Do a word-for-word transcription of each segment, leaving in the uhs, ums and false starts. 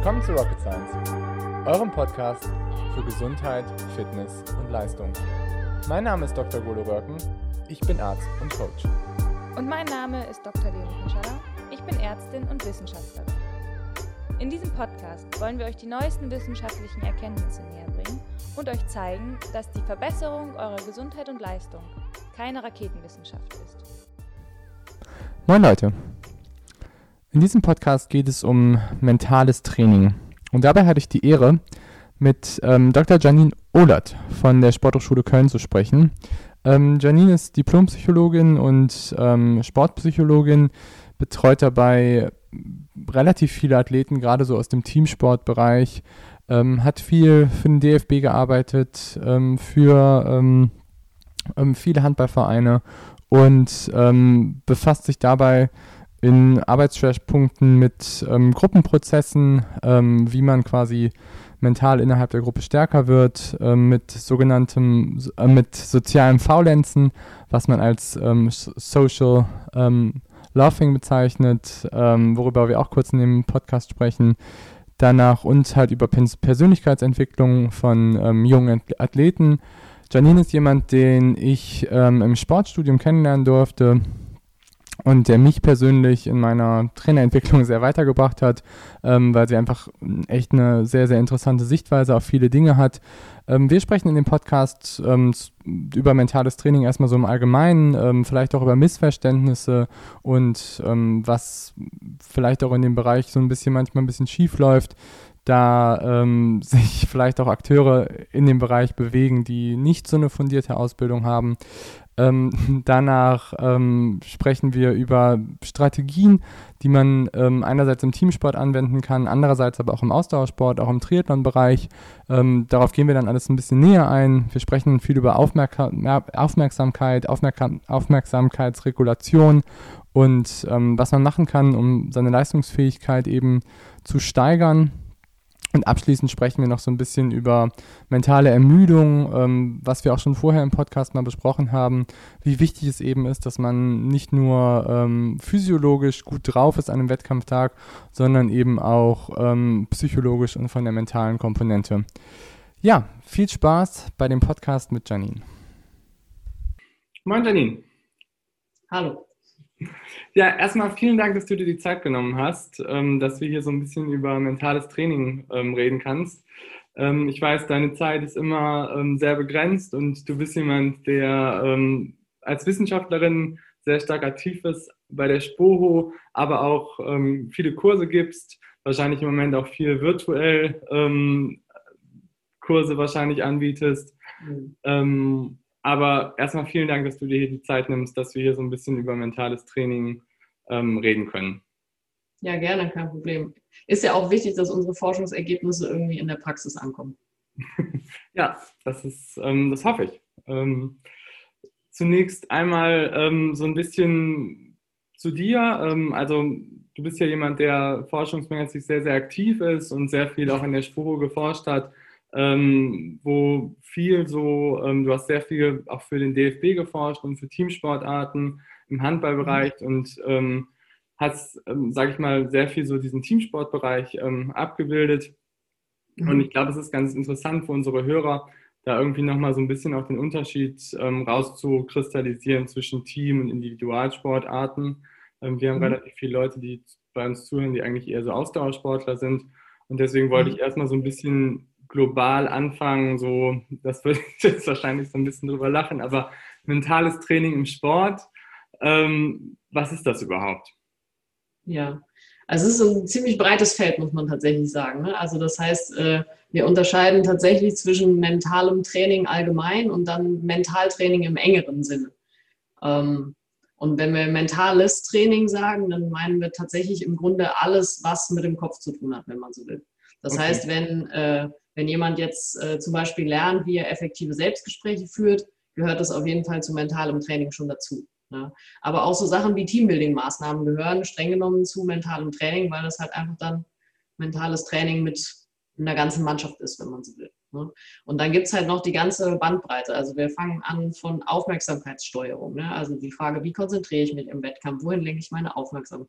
Willkommen zu Rocket Science, eurem Podcast für Gesundheit, Fitness und Leistung. Mein Name ist Doktor Golo Röhrken, ich bin Arzt und Coach. Und mein Name ist Doktor Leonie Pinschalla, ich bin Ärztin und Wissenschaftlerin. In diesem Podcast wollen wir euch die neuesten wissenschaftlichen Erkenntnisse näherbringen und euch zeigen, dass die Verbesserung eurer Gesundheit und Leistung keine Raketenwissenschaft ist. Moin Leute, in diesem Podcast geht es um mentales Training und dabei hatte ich die Ehre, mit ähm, Doktor Janine Ohlert von der Sporthochschule Köln zu sprechen. Ähm, Janine ist Diplompsychologin und ähm, Sportpsychologin, betreut dabei relativ viele Athleten, gerade so aus dem Teamsportbereich, ähm, hat viel für den D F B gearbeitet, ähm, für ähm, ähm, viele Handballvereine und ähm, befasst sich dabei in Arbeitsschwerpunkten mit ähm, Gruppenprozessen, ähm, wie man quasi mental innerhalb der Gruppe stärker wird, ähm, mit sogenanntem, äh, mit sozialem Faulenzen, was man als ähm, Social ähm, Laughing bezeichnet, ähm, worüber wir auch kurz in dem Podcast sprechen. Danach und halt über Pers- Persönlichkeitsentwicklung von ähm, jungen Athleten. Janine ist jemand, den ich ähm, im Sportstudium kennenlernen durfte und der mich persönlich in meiner Trainerentwicklung sehr weitergebracht hat, ähm, weil sie einfach echt eine sehr, sehr interessante Sichtweise auf viele Dinge hat. Ähm, wir sprechen in dem Podcast ähm, über mentales Training erstmal so im Allgemeinen, ähm, vielleicht auch über Missverständnisse und ähm, was vielleicht auch in dem Bereich so ein bisschen manchmal ein bisschen schief läuft, da ähm, sich vielleicht auch Akteure in dem Bereich bewegen, die nicht so eine fundierte Ausbildung haben. Ähm, danach ähm, sprechen wir über Strategien, die man ähm, einerseits im Teamsport anwenden kann, andererseits aber auch im Ausdauersport, auch im Triathlon-Bereich. Ähm, darauf gehen wir dann alles ein bisschen näher ein. Wir sprechen viel über Aufmerk- Aufmerksamkeit, Aufmerk- Aufmerksamkeitsregulation und ähm, was man machen kann, um seine Leistungsfähigkeit eben zu steigern. Und abschließend sprechen wir noch so ein bisschen über mentale Ermüdung, ähm, was wir auch schon vorher im Podcast mal besprochen haben, wie wichtig es eben ist, dass man nicht nur ähm, physiologisch gut drauf ist an einem Wettkampftag, sondern eben auch ähm, psychologisch und von der mentalen Komponente. Ja, viel Spaß bei dem Podcast mit Janine. Moin Janine. Hallo. Ja, erstmal vielen Dank, dass du dir die Zeit genommen hast, ähm, dass wir hier so ein bisschen über mentales Training ähm, reden kannst. Ähm, ich weiß, deine Zeit ist immer ähm, sehr begrenzt und du bist jemand, der ähm, als Wissenschaftlerin sehr stark aktiv ist bei der SPOHO, aber auch ähm, viele Kurse gibst, wahrscheinlich im Moment auch viel virtuell ähm, Kurse wahrscheinlich anbietest. Mhm. Ähm, Aber erstmal vielen Dank, dass du dir hier die Zeit nimmst, dass wir hier so ein bisschen über mentales Training ähm, reden können. Ja, gerne, kein Problem. Ist ja auch wichtig, dass unsere Forschungsergebnisse irgendwie in der Praxis ankommen. Ja, das ist, ähm, das hoffe ich. Ähm, zunächst einmal ähm, so ein bisschen zu dir. Ähm, also du bist ja jemand, der forschungsmäßig sehr, sehr aktiv ist und sehr viel auch in der SPOHO geforscht hat. Ähm, wo viel so, ähm, du hast sehr viel auch für den D F B geforscht und für Teamsportarten im Handballbereich mhm. und ähm, hast, ähm, sage ich mal, sehr viel so diesen Teamsportbereich ähm, abgebildet. Mhm. Und ich glaube, es ist ganz interessant für unsere Hörer, da irgendwie nochmal so ein bisschen auch den Unterschied ähm, rauszukristallisieren zwischen Team- und Individualsportarten. Ähm, wir haben mhm. relativ viele Leute, die bei uns zuhören, die eigentlich eher so Ausdauersportler sind. Und deswegen wollte mhm. ich erstmal so ein bisschen global anfangen, so, das würde ich jetzt wahrscheinlich so ein bisschen drüber lachen, aber mentales Training im Sport, ähm, was ist das überhaupt? Ja, also es ist ein ziemlich breites Feld, muss man tatsächlich sagen. Ne? Also das heißt, äh, wir unterscheiden tatsächlich zwischen mentalem Training allgemein und dann Mentaltraining im engeren Sinne. Ähm, und wenn wir mentales Training sagen, dann meinen wir tatsächlich im Grunde alles, was mit dem Kopf zu tun hat, wenn man so will. Das okay. heißt, wenn äh, Wenn jemand jetzt äh, zum Beispiel lernt, wie er effektive Selbstgespräche führt, gehört das auf jeden Fall zu mentalem Training schon dazu. Ne? Aber auch so Sachen wie Teambuilding-Maßnahmen gehören streng genommen zu mentalem Training, weil das halt einfach dann mentales Training mit einer ganzen Mannschaft ist, wenn man so will. Ne? Und dann gibt es halt noch die ganze Bandbreite. Also wir fangen an von Aufmerksamkeitssteuerung. Ne? Also die Frage, wie konzentriere ich mich im Wettkampf, wohin lenke ich meine Aufmerksamkeit?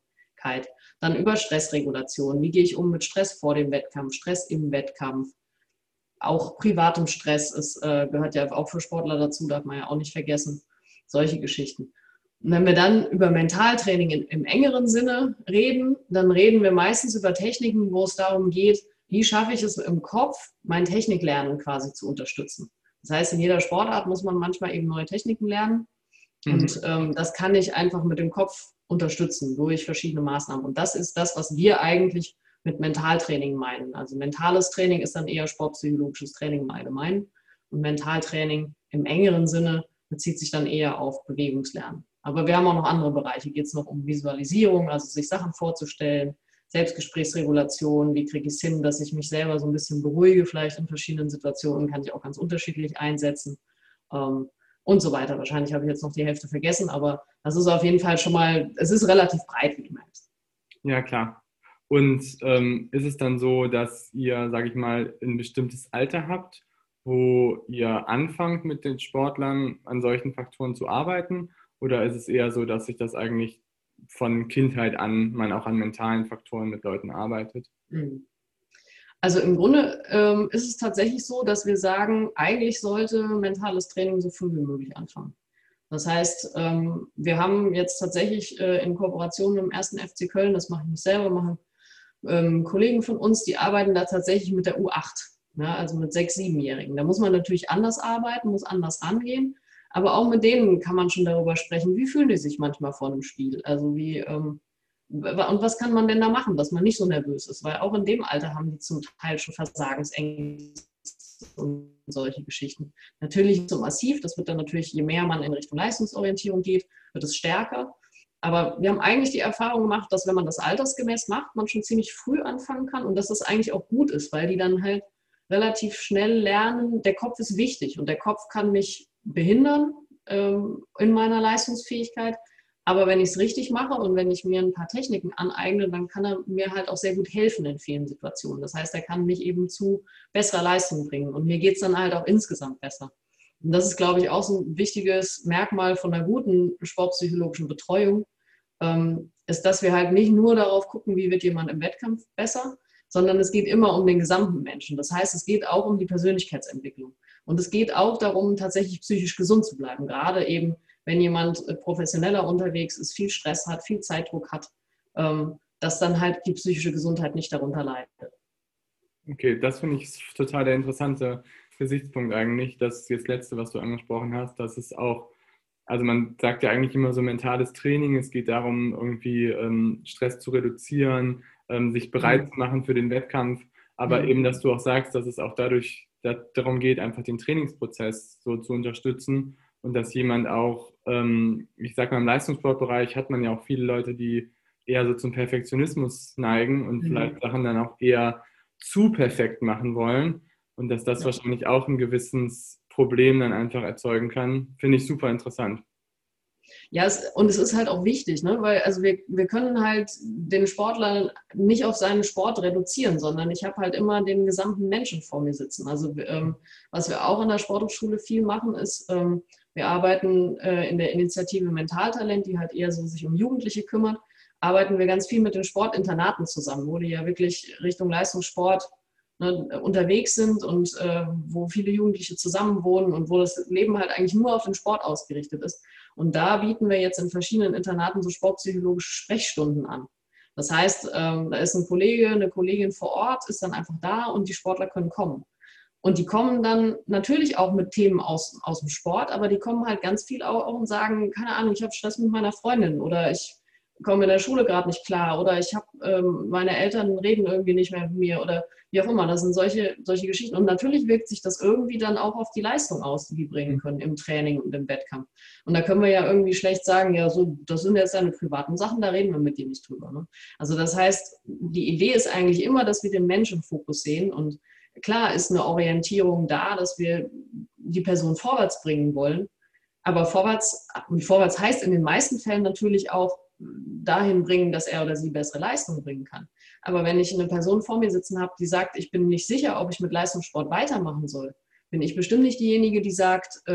Achtsamkeit, dann über Stressregulation. Wie gehe ich um mit Stress vor dem Wettkampf, Stress im Wettkampf? Auch privatem Stress ist, äh, gehört ja auch für Sportler dazu, darf man ja auch nicht vergessen. Solche Geschichten. Und wenn wir dann über Mentaltraining in, im engeren Sinne reden, dann reden wir meistens über Techniken, wo es darum geht, wie schaffe ich es im Kopf, mein Techniklernen quasi zu unterstützen. Das heißt, in jeder Sportart muss man manchmal eben neue Techniken lernen. Mhm. Und ähm, das kann ich einfach mit dem Kopf unterstützen durch verschiedene Maßnahmen. Und das ist das, was wir eigentlich mit Mentaltraining meinen. Also mentales Training ist dann eher sportpsychologisches Training im Allgemeinen. Und Mentaltraining im engeren Sinne bezieht sich dann eher auf Bewegungslernen. Aber wir haben auch noch andere Bereiche. Geht es noch um Visualisierung, also sich Sachen vorzustellen, Selbstgesprächsregulation, wie kriege ich es hin, dass ich mich selber so ein bisschen beruhige, vielleicht in verschiedenen Situationen, kann ich auch ganz unterschiedlich einsetzen ähm, und so weiter. Wahrscheinlich habe ich jetzt noch die Hälfte vergessen, aber das ist auf jeden Fall schon mal, es ist relativ breit, wie du merkst. Ja, klar. Und ähm, ist es dann so, dass ihr, sage ich mal, ein bestimmtes Alter habt, wo ihr anfangt mit den Sportlern an solchen Faktoren zu arbeiten? Oder ist es eher so, dass sich das eigentlich von Kindheit an man auch an mentalen Faktoren mit Leuten arbeitet? Also im Grunde ähm, ist es tatsächlich so, dass wir sagen, eigentlich sollte mentales Training so früh wie möglich anfangen. Das heißt, ähm, wir haben jetzt tatsächlich äh, in Kooperation mit dem ersten F C Köln, das mache ich nicht selber, machen ähm, Kollegen von uns, die arbeiten da tatsächlich mit der U acht, ja, also mit sechs-, siebenjährigen. Da muss man natürlich anders arbeiten, muss anders rangehen. Aber auch mit denen kann man schon darüber sprechen, wie fühlen die sich manchmal vor einem Spiel. Also wie, ähm, und was kann man denn da machen, dass man nicht so nervös ist? Weil auch in dem Alter haben die zum Teil schon Versagensängste und solche Geschichten. Natürlich so massiv, das wird dann natürlich, je mehr man in Richtung Leistungsorientierung geht, wird es stärker. Aber wir haben eigentlich die Erfahrung gemacht, dass wenn man das altersgemäß macht, man schon ziemlich früh anfangen kann und dass das eigentlich auch gut ist, weil die dann halt relativ schnell lernen, der Kopf ist wichtig und der Kopf kann mich behindern ähm, in meiner Leistungsfähigkeit. Aber wenn ich es richtig mache und wenn ich mir ein paar Techniken aneigne, dann kann er mir halt auch sehr gut helfen in vielen Situationen. Das heißt, er kann mich eben zu besserer Leistung bringen und mir geht es dann halt auch insgesamt besser. Und das ist, glaube ich, auch so ein wichtiges Merkmal von einer guten sportpsychologischen Betreuung, ähm, ist, dass wir halt nicht nur darauf gucken, wie wird jemand im Wettkampf besser, sondern es geht immer um den gesamten Menschen. Das heißt, es geht auch um die Persönlichkeitsentwicklung. Und es geht auch darum, tatsächlich psychisch gesund zu bleiben. Gerade eben, wenn jemand professioneller unterwegs ist, viel Stress hat, viel Zeitdruck hat, dass dann halt die psychische Gesundheit nicht darunter leidet. Okay, das finde ich total der interessante Gesichtspunkt eigentlich. Das jetzt Letzte, was du angesprochen hast, dass es auch, also man sagt ja eigentlich immer so mentales Training, es geht darum, irgendwie ähm, Stress zu reduzieren, ähm, sich bereit mhm. zu machen für den Wettkampf, aber mhm. eben, dass du auch sagst, dass es auch dadurch darum geht, einfach den Trainingsprozess so zu unterstützen und dass jemand auch, ähm, ich sag mal, im Leistungssportbereich hat man ja auch viele Leute, die eher so zum Perfektionismus neigen und mhm. vielleicht Sachen dann auch eher zu perfekt machen wollen und dass das ja. wahrscheinlich auch ein gewisses Problem dann einfach erzeugen kann, finde ich super interessant. Ja, es, und es ist halt auch wichtig, ne? Weil also wir, wir können halt den Sportler nicht auf seinen Sport reduzieren, sondern ich habe halt immer den gesamten Menschen vor mir sitzen. Also ähm, was wir auch in der Sporthochschule viel machen, ist, ähm, wir arbeiten äh, in der Initiative Mentaltalent, die halt eher so sich um Jugendliche kümmert, arbeiten wir ganz viel mit den Sportinternaten zusammen, wo die ja wirklich Richtung Leistungssport ne, unterwegs sind und äh, wo viele Jugendliche zusammenwohnen und wo das Leben halt eigentlich nur auf den Sport ausgerichtet ist. Und da bieten wir jetzt in verschiedenen Internaten so sportpsychologische Sprechstunden an. Das heißt, ähm, da ist ein Kollege, eine Kollegin vor Ort, ist dann einfach da und die Sportler können kommen. Und die kommen dann natürlich auch mit Themen aus, aus dem Sport, aber die kommen halt ganz viel auch und sagen, keine Ahnung, ich habe Stress mit meiner Freundin oder ich komme in der Schule gerade nicht klar oder ich habe, ähm, meine Eltern reden irgendwie nicht mehr mit mir oder wie auch immer. Das sind solche, solche Geschichten. Und natürlich wirkt sich das irgendwie dann auch auf die Leistung aus, die die bringen können im Training und im Wettkampf. Und da können wir ja irgendwie schlecht sagen, ja, so, das sind jetzt deine privaten Sachen, da reden wir mit dir nicht drüber. Ne? Also das heißt, die Idee ist eigentlich immer, dass wir den Menschen im Fokus sehen. Und klar ist eine Orientierung da, dass wir die Person vorwärts bringen wollen. Aber vorwärts, und vorwärts heißt in den meisten Fällen natürlich auch, dahin bringen, dass er oder sie bessere Leistung bringen kann. Aber wenn ich eine Person vor mir sitzen habe, die sagt, ich bin nicht sicher, ob ich mit Leistungssport weitermachen soll, bin ich bestimmt nicht diejenige, die sagt, äh,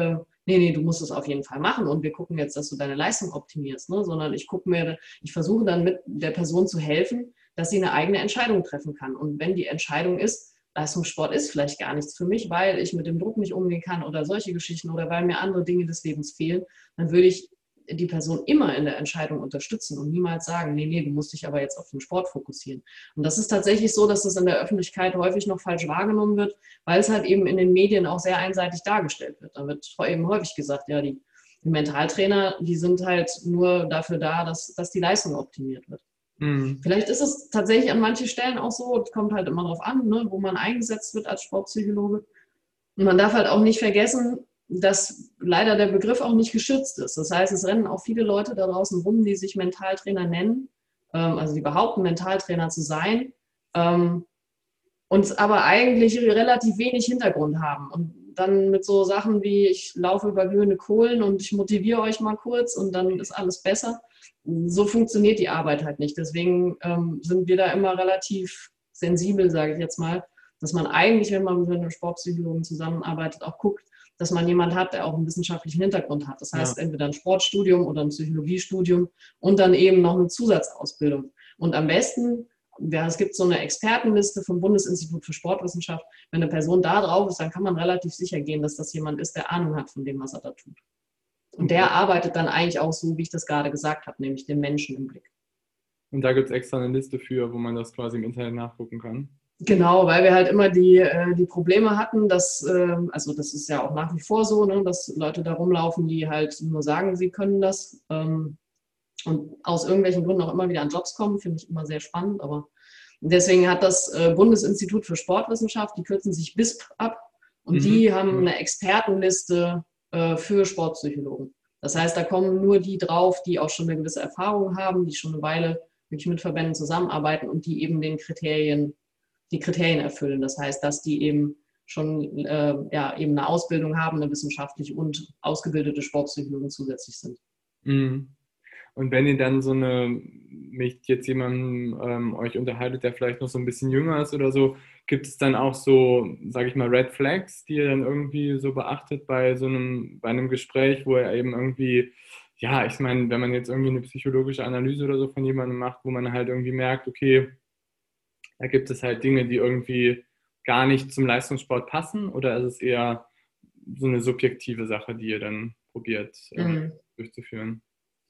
nee, nee, du musst es auf jeden Fall machen und wir gucken jetzt, dass du deine Leistung optimierst, ne? Sondern ich gucke mir, ich versuche dann mit der Person zu helfen, dass sie eine eigene Entscheidung treffen kann. Und wenn die Entscheidung ist, Leistungssport ist vielleicht gar nichts für mich, weil ich mit dem Druck nicht umgehen kann oder solche Geschichten oder weil mir andere Dinge des Lebens fehlen, dann würde ich die Person immer in der Entscheidung unterstützen und niemals sagen, nee, nee, du musst dich aber jetzt auf den Sport fokussieren. Und das ist tatsächlich so, dass das in der Öffentlichkeit häufig noch falsch wahrgenommen wird, weil es halt eben in den Medien auch sehr einseitig dargestellt wird. Da wird eben häufig gesagt, ja, die, die Mentaltrainer, die sind halt nur dafür da, dass, dass die Leistung optimiert wird. Mhm. Vielleicht ist es tatsächlich an manchen Stellen auch so, es kommt halt immer darauf an, ne, wo man eingesetzt wird als Sportpsychologe. Und man darf halt auch nicht vergessen, dass leider der Begriff auch nicht geschützt ist. Das heißt, es rennen auch viele Leute da draußen rum, die sich Mentaltrainer nennen, ähm, also die behaupten, Mentaltrainer zu sein, ähm, und aber eigentlich relativ wenig Hintergrund haben. Und dann mit so Sachen wie, ich laufe über glühende Kohlen und ich motiviere euch mal kurz und dann ist alles besser. So funktioniert die Arbeit halt nicht. Deswegen ähm, sind wir da immer relativ sensibel, sage ich jetzt mal, dass man eigentlich, wenn man mit einem Sportpsychologen zusammenarbeitet, auch guckt, dass man jemanden hat, der auch einen wissenschaftlichen Hintergrund hat. Das heißt, ja, entweder ein Sportstudium oder ein Psychologiestudium und dann eben noch eine Zusatzausbildung. Und am besten, ja, es gibt so eine Expertenliste vom Bundesinstitut für Sportwissenschaft. Wenn eine Person da drauf ist, dann kann man relativ sicher gehen, dass das jemand ist, der Ahnung hat von dem, was er da tut. Und der arbeitet dann eigentlich auch so, wie ich das gerade gesagt habe, nämlich den Menschen im Blick. Und da gibt es extra eine Liste für, wo man das quasi im Internet nachgucken kann? Genau, weil wir halt immer die, die Probleme hatten, dass, also das ist ja auch nach wie vor so, ne, dass Leute da rumlaufen, die halt nur sagen, sie können das und aus irgendwelchen Gründen auch immer wieder an Jobs kommen, finde ich immer sehr spannend, aber deswegen hat das Bundesinstitut für Sportwissenschaft, die kürzen sich B I S P ab und mhm. die haben eine Expertenliste für Sportpsychologen. Das heißt, da kommen nur die drauf, die auch schon eine gewisse Erfahrung haben, die schon eine Weile wirklich mit Verbänden zusammenarbeiten und die eben den Kriterien die Kriterien erfüllen. Das heißt, dass die eben schon äh, ja, eben eine Ausbildung haben, eine wissenschaftliche und ausgebildete Sportpsychologen zusätzlich sind. Mhm. Und wenn ihr dann so eine, mit jetzt jemandem ähm, euch unterhaltet, der vielleicht noch so ein bisschen jünger ist oder so, gibt es dann auch so, sage ich mal, Red Flags, die ihr dann irgendwie so beachtet bei so einem, bei einem Gespräch, wo er eben irgendwie, ja, ich meine, wenn man jetzt irgendwie eine psychologische Analyse oder so von jemandem macht, wo man halt irgendwie merkt, okay, da gibt es halt Dinge, die irgendwie gar nicht zum Leistungssport passen, oder ist es eher so eine subjektive Sache, die ihr dann probiert äh, mhm. durchzuführen?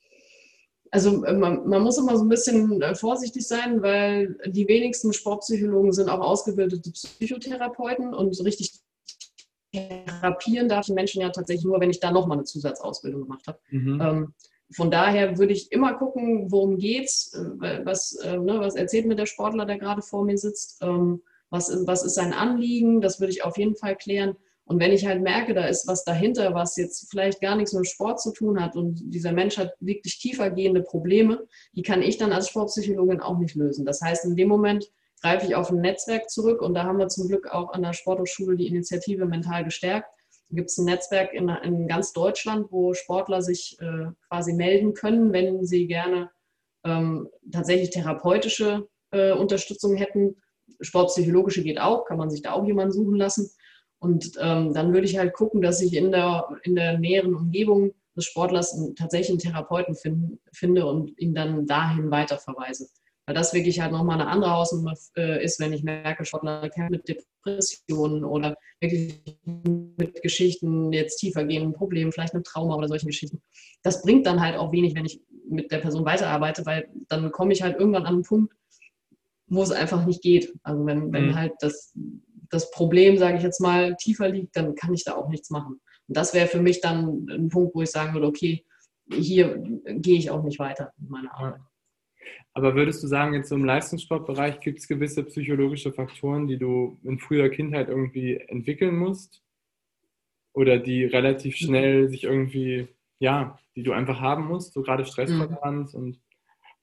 Also man, man muss immer so ein bisschen vorsichtig sein, weil die wenigsten Sportpsychologen sind auch ausgebildete Psychotherapeuten und richtig therapieren darf ich Menschen ja tatsächlich nur, wenn ich da nochmal eine Zusatzausbildung gemacht habe. Mhm. Ähm, Von daher würde ich immer gucken, worum geht's, was, ne, was erzählt mir der Sportler, der gerade vor mir sitzt, was, was ist sein Anliegen, das würde ich auf jeden Fall klären. Und wenn ich halt merke, da ist was dahinter, was jetzt vielleicht gar nichts mit Sport zu tun hat und dieser Mensch hat wirklich tiefergehende Probleme, die kann ich dann als Sportpsychologin auch nicht lösen. Das heißt, in dem Moment greife ich auf ein Netzwerk zurück und da haben wir zum Glück auch an der Sporthochschule die Initiative Mental gestärkt. Da gibt es ein Netzwerk in, in ganz Deutschland, wo Sportler sich äh, quasi melden können, wenn sie gerne ähm, tatsächlich therapeutische äh, Unterstützung hätten. Sportpsychologische geht auch, kann man sich da auch jemanden suchen lassen. Und ähm, dann würde ich halt gucken, dass ich in der, in der näheren Umgebung des Sportlers einen, tatsächlich einen Therapeuten find, finde und ihn dann dahin weiterverweise. Weil das wirklich halt nochmal eine andere Hausnummer äh, ist, wenn ich merke, Sportler kämpfen mit Depressionen oder wirklich mit Geschichten, jetzt tiefer gehenden Problemen, vielleicht einem Trauma oder solchen Geschichten. Das bringt dann halt auch wenig, wenn ich mit der Person weiterarbeite, weil dann komme ich halt irgendwann an einen Punkt, wo es einfach nicht geht. Also wenn, wenn mhm. halt das, das Problem, sage ich jetzt mal, tiefer liegt, dann kann ich da auch nichts machen. Und das wäre für mich dann ein Punkt, wo ich sagen würde, okay, hier gehe ich auch nicht weiter in meiner Arbeit. Aber würdest du sagen, jetzt so im Leistungssportbereich gibt es gewisse psychologische Faktoren, die du in früher Kindheit irgendwie entwickeln musst? Oder die relativ schnell sich irgendwie, ja, die du einfach haben musst, so gerade Stresstoleranz mhm. und...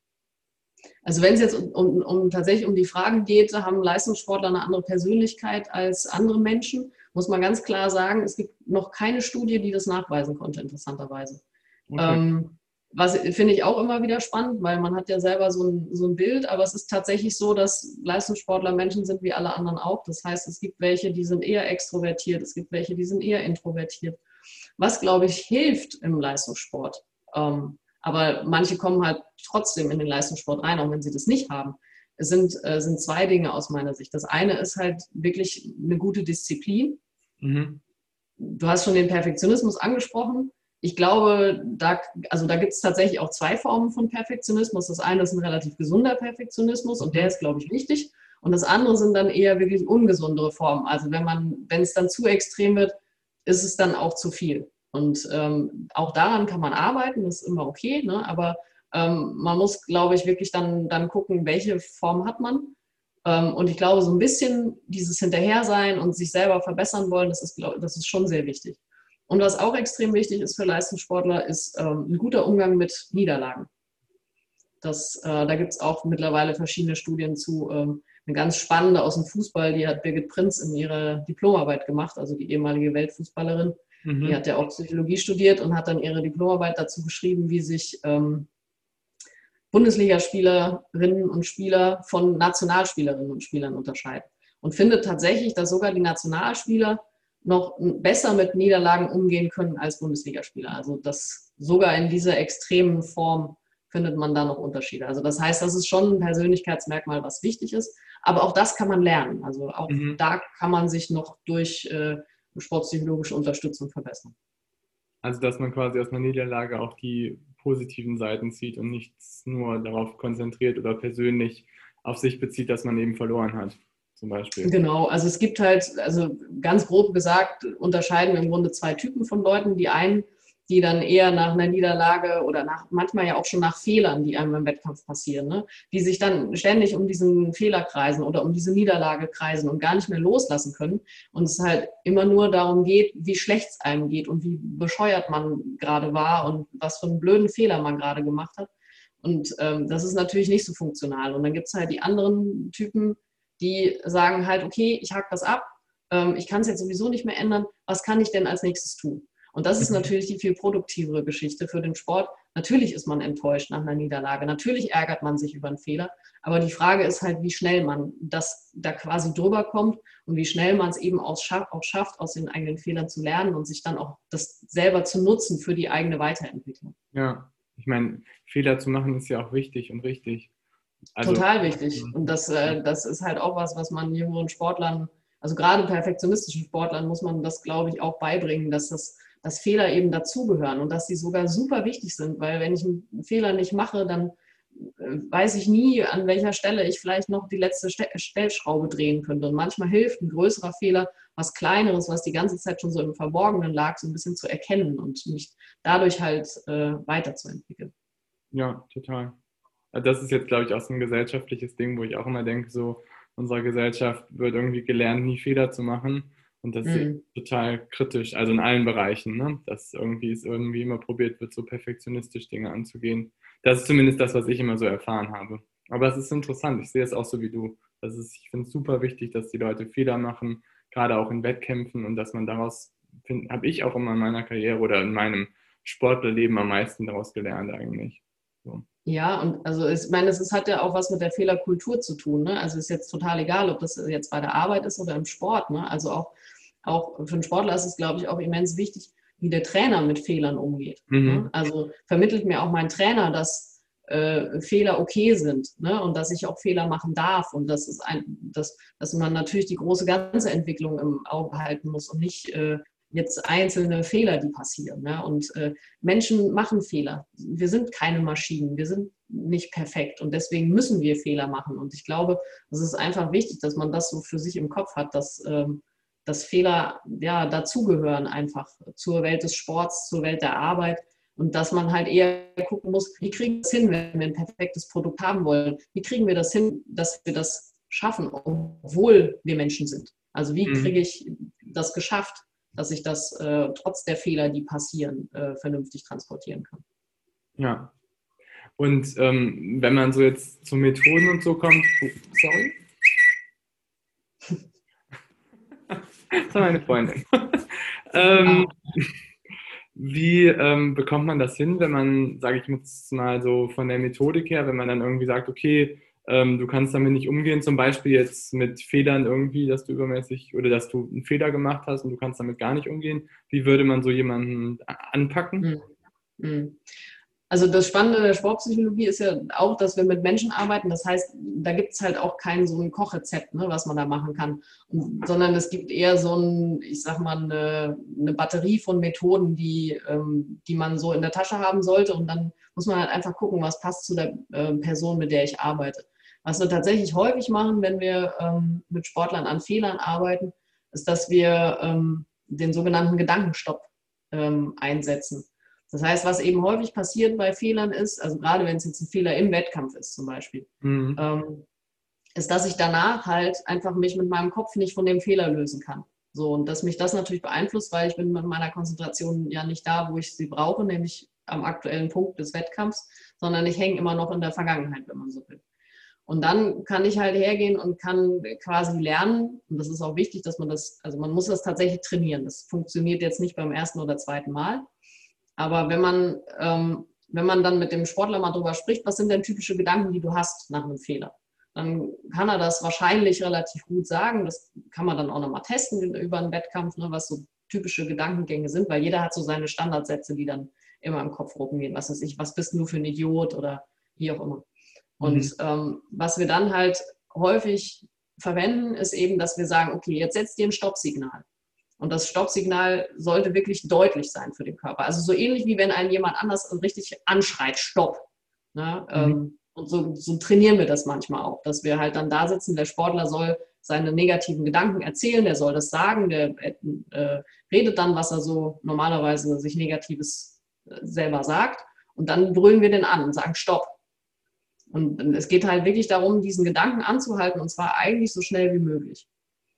Also wenn es jetzt um, um, um tatsächlich um die Frage geht, haben Leistungssportler eine andere Persönlichkeit als andere Menschen, muss man ganz klar sagen, es gibt noch keine Studie, die das nachweisen konnte, interessanterweise. Okay. Ähm, was finde ich auch immer wieder spannend, weil man hat ja selber so ein, so ein Bild, aber es ist tatsächlich so, dass Leistungssportler Menschen sind wie alle anderen auch. Das heißt, es gibt welche, die sind eher extrovertiert, es gibt welche, die sind eher introvertiert. Was, glaube ich, hilft im Leistungssport. Ähm, aber manche kommen halt trotzdem in den Leistungssport rein, auch wenn sie das nicht haben. Es sind, äh, sind zwei Dinge aus meiner Sicht. Das eine ist halt wirklich eine gute Disziplin. Mhm. Du hast schon den Perfektionismus angesprochen. Ich glaube, da, also da gibt es tatsächlich auch zwei Formen von Perfektionismus. Das eine ist ein relativ gesunder Perfektionismus und der ist, glaube ich, wichtig. Und das andere sind dann eher wirklich ungesundere Formen. Also wenn man, wenn es dann zu extrem wird, ist es dann auch zu viel. Und ähm, auch daran kann man arbeiten, das ist immer okay, ne? Aber ähm, man muss, glaube ich, wirklich dann, dann gucken, welche Form hat man. Ähm, und ich glaube, so ein bisschen dieses Hinterhersein und sich selber verbessern wollen, das ist, glaub, das ist schon sehr wichtig. Und was auch extrem wichtig ist für Leistungssportler, ist ähm, ein guter Umgang mit Niederlagen. Das, äh, da gibt es auch mittlerweile verschiedene Studien zu. Ähm, eine ganz spannende aus dem Fußball, die hat Birgit Prinz in ihrer Diplomarbeit gemacht, also die ehemalige Weltfußballerin. Mhm. Die hat ja auch Psychologie studiert und hat dann ihre Diplomarbeit dazu geschrieben, wie sich ähm, Bundesligaspielerinnen und Spieler von Nationalspielerinnen und Spielern unterscheiden. Und findet tatsächlich, dass sogar die Nationalspieler noch besser mit Niederlagen umgehen können als Bundesligaspieler. Also das sogar in dieser extremen Form findet man da noch Unterschiede. Also das heißt, das ist schon ein Persönlichkeitsmerkmal, was wichtig ist. Aber auch das kann man lernen. Also auch mhm. da kann man sich noch durch äh, sportpsychologische Unterstützung verbessern. Also dass man quasi aus einer Niederlage auch die positiven Seiten zieht und nicht nur darauf konzentriert oder persönlich auf sich bezieht, dass man eben verloren hat. Zum Beispiel. Genau, also es gibt halt, also ganz grob gesagt, unterscheiden wir im Grunde zwei Typen von Leuten. Die einen, die dann eher nach einer Niederlage oder nach, manchmal ja auch schon nach Fehlern, die einem im Wettkampf passieren, ne? Die sich dann ständig um diesen Fehler kreisen oder um diese Niederlage kreisen und gar nicht mehr loslassen können. Und es halt immer nur darum geht, wie schlecht es einem geht und wie bescheuert man gerade war und was für einen blöden Fehler man gerade gemacht hat. Und ähm, das ist natürlich nicht so funktional. Und dann gibt es halt die anderen Typen, die sagen halt, okay, ich hake das ab, ähm, ich kann es jetzt sowieso nicht mehr ändern, was kann ich denn als nächstes tun? Und das ist natürlich die viel produktivere Geschichte für den Sport. Natürlich ist man enttäuscht nach einer Niederlage, natürlich ärgert man sich über einen Fehler, aber die Frage ist halt, wie schnell man das da quasi drüber kommt und wie schnell man es eben auch schafft, auch schafft, aus den eigenen Fehlern zu lernen und sich dann auch das selber zu nutzen für die eigene Weiterentwicklung. Ja, ich meine, Fehler zu machen ist ja auch wichtig und richtig. Also, total wichtig. Und das, äh, das ist halt auch was, was man jüngeren Sportlern, also gerade perfektionistischen Sportlern, muss man das, glaube ich, auch beibringen, dass, das, dass Fehler eben dazugehören und dass sie sogar super wichtig sind. Weil wenn ich einen Fehler nicht mache, dann äh, weiß ich nie, an welcher Stelle ich vielleicht noch die letzte Ste- Stellschraube drehen könnte. Und manchmal hilft ein größerer Fehler, was Kleineres, was die ganze Zeit schon so im Verborgenen lag, so ein bisschen zu erkennen und mich dadurch halt äh, weiterzuentwickeln. Ja, total. Das ist jetzt, glaube ich, auch so ein gesellschaftliches Ding, wo ich auch immer denke, so unserer Gesellschaft wird irgendwie gelernt, nie Fehler zu machen. Und das mhm. ist total kritisch, also in allen Bereichen, ne? Dass irgendwie es irgendwie immer probiert wird, so perfektionistisch Dinge anzugehen. Das ist zumindest das, was ich immer so erfahren habe. Aber es ist interessant, ich sehe es auch so wie du. Das ist, ich finde es super wichtig, dass die Leute Fehler machen, gerade auch in Wettkämpfen und dass man daraus, habe ich auch immer in meiner Karriere oder in meinem Sportlerleben am meisten daraus gelernt eigentlich. So. Ja, und also ich meine, es hat ja auch was mit der Fehlerkultur zu tun. Ne? Also ist jetzt total egal, ob das jetzt bei der Arbeit ist oder im Sport. Ne? Also auch, auch für einen Sportler ist es, glaube ich, auch immens wichtig, wie der Trainer mit Fehlern umgeht. Mhm. Ne? Also vermittelt mir auch mein Trainer, dass äh, Fehler okay sind, ne? Und dass ich auch Fehler machen darf. Und das ist ein, dass, dass man natürlich die große ganze Entwicklung im Auge halten muss und nicht äh, jetzt einzelne Fehler, die passieren. Ne? Und äh, Menschen machen Fehler. Wir sind keine Maschinen, wir sind nicht perfekt und deswegen müssen wir Fehler machen. Und ich glaube, es ist einfach wichtig, dass man das so für sich im Kopf hat, dass, ähm, dass Fehler ja dazugehören einfach zur Welt des Sports, zur Welt der Arbeit und dass man halt eher gucken muss, wie kriegen wir das hin, wenn wir ein perfektes Produkt haben wollen? Wie kriegen wir das hin, dass wir das schaffen, obwohl wir Menschen sind? Also wie kriege ich das geschafft, dass ich das äh, trotz der Fehler, die passieren, äh, vernünftig transportieren kann. Ja. Und ähm, wenn man so jetzt zu Methoden und so kommt, oh, sorry. Das war meine Freundin. ähm, ah. Wie ähm, bekommt man das hin, wenn man, sage ich jetzt mal so von der Methodik her, wenn man dann irgendwie sagt, okay, ähm, du kannst damit nicht umgehen, zum Beispiel jetzt mit Fehlern irgendwie, dass du übermäßig oder dass du einen Fehler gemacht hast und du kannst damit gar nicht umgehen. Wie würde man so jemanden anpacken? Mhm. Mhm. Also das Spannende der Sportpsychologie ist ja auch, dass wir mit Menschen arbeiten. Das heißt, da gibt es halt auch kein so ein Kochrezept, ne, was man da machen kann, und, sondern es gibt eher so ein, ich sag mal, eine, eine Batterie von Methoden, die, ähm, die man so in der Tasche haben sollte. Und dann muss man halt einfach gucken, was passt zu der äh, Person, mit der ich arbeite. Was wir tatsächlich häufig machen, wenn wir ähm, mit Sportlern an Fehlern arbeiten, ist, dass wir ähm, den sogenannten Gedankenstopp ähm, einsetzen. Das heißt, was eben häufig passiert bei Fehlern ist, also gerade wenn es jetzt ein Fehler im Wettkampf ist zum Beispiel, mhm. ähm, ist, dass ich danach halt einfach mich mit meinem Kopf nicht von dem Fehler lösen kann. So, und dass mich das natürlich beeinflusst, weil ich bin mit meiner Konzentration ja nicht da, wo ich sie brauche, nämlich am aktuellen Punkt des Wettkampfs, sondern ich hänge immer noch in der Vergangenheit, wenn man so will. Und dann kann ich halt hergehen und kann quasi lernen, und das ist auch wichtig, dass man das, also man muss das tatsächlich trainieren. Das funktioniert jetzt nicht beim ersten oder zweiten Mal. Aber wenn man, ähm, wenn man dann mit dem Sportler mal drüber spricht, was sind denn typische Gedanken, die du hast nach einem Fehler, dann kann er das wahrscheinlich relativ gut sagen. Das kann man dann auch nochmal testen über einen Wettkampf, ne, was so typische Gedankengänge sind, weil jeder hat so seine Standardsätze, die dann immer im Kopf rumgehen. Was weiß ich, was bist du für ein Idiot oder wie auch immer. Und mhm. ähm, was wir dann halt häufig verwenden, ist eben, dass wir sagen, okay, jetzt setzt dir ein Stoppsignal. Und das Stoppsignal sollte wirklich deutlich sein für den Körper. Also so ähnlich wie wenn einen jemand anders richtig anschreit, Stopp. Ne? Mhm. Und so, so trainieren wir das manchmal auch, dass wir halt dann da sitzen, der Sportler soll seine negativen Gedanken erzählen, der soll das sagen, der äh, redet dann, was er so normalerweise sich Negatives äh, selber sagt. Und dann brüllen wir den an und sagen Stopp. Und es geht halt wirklich darum, diesen Gedanken anzuhalten, und zwar eigentlich so schnell wie möglich.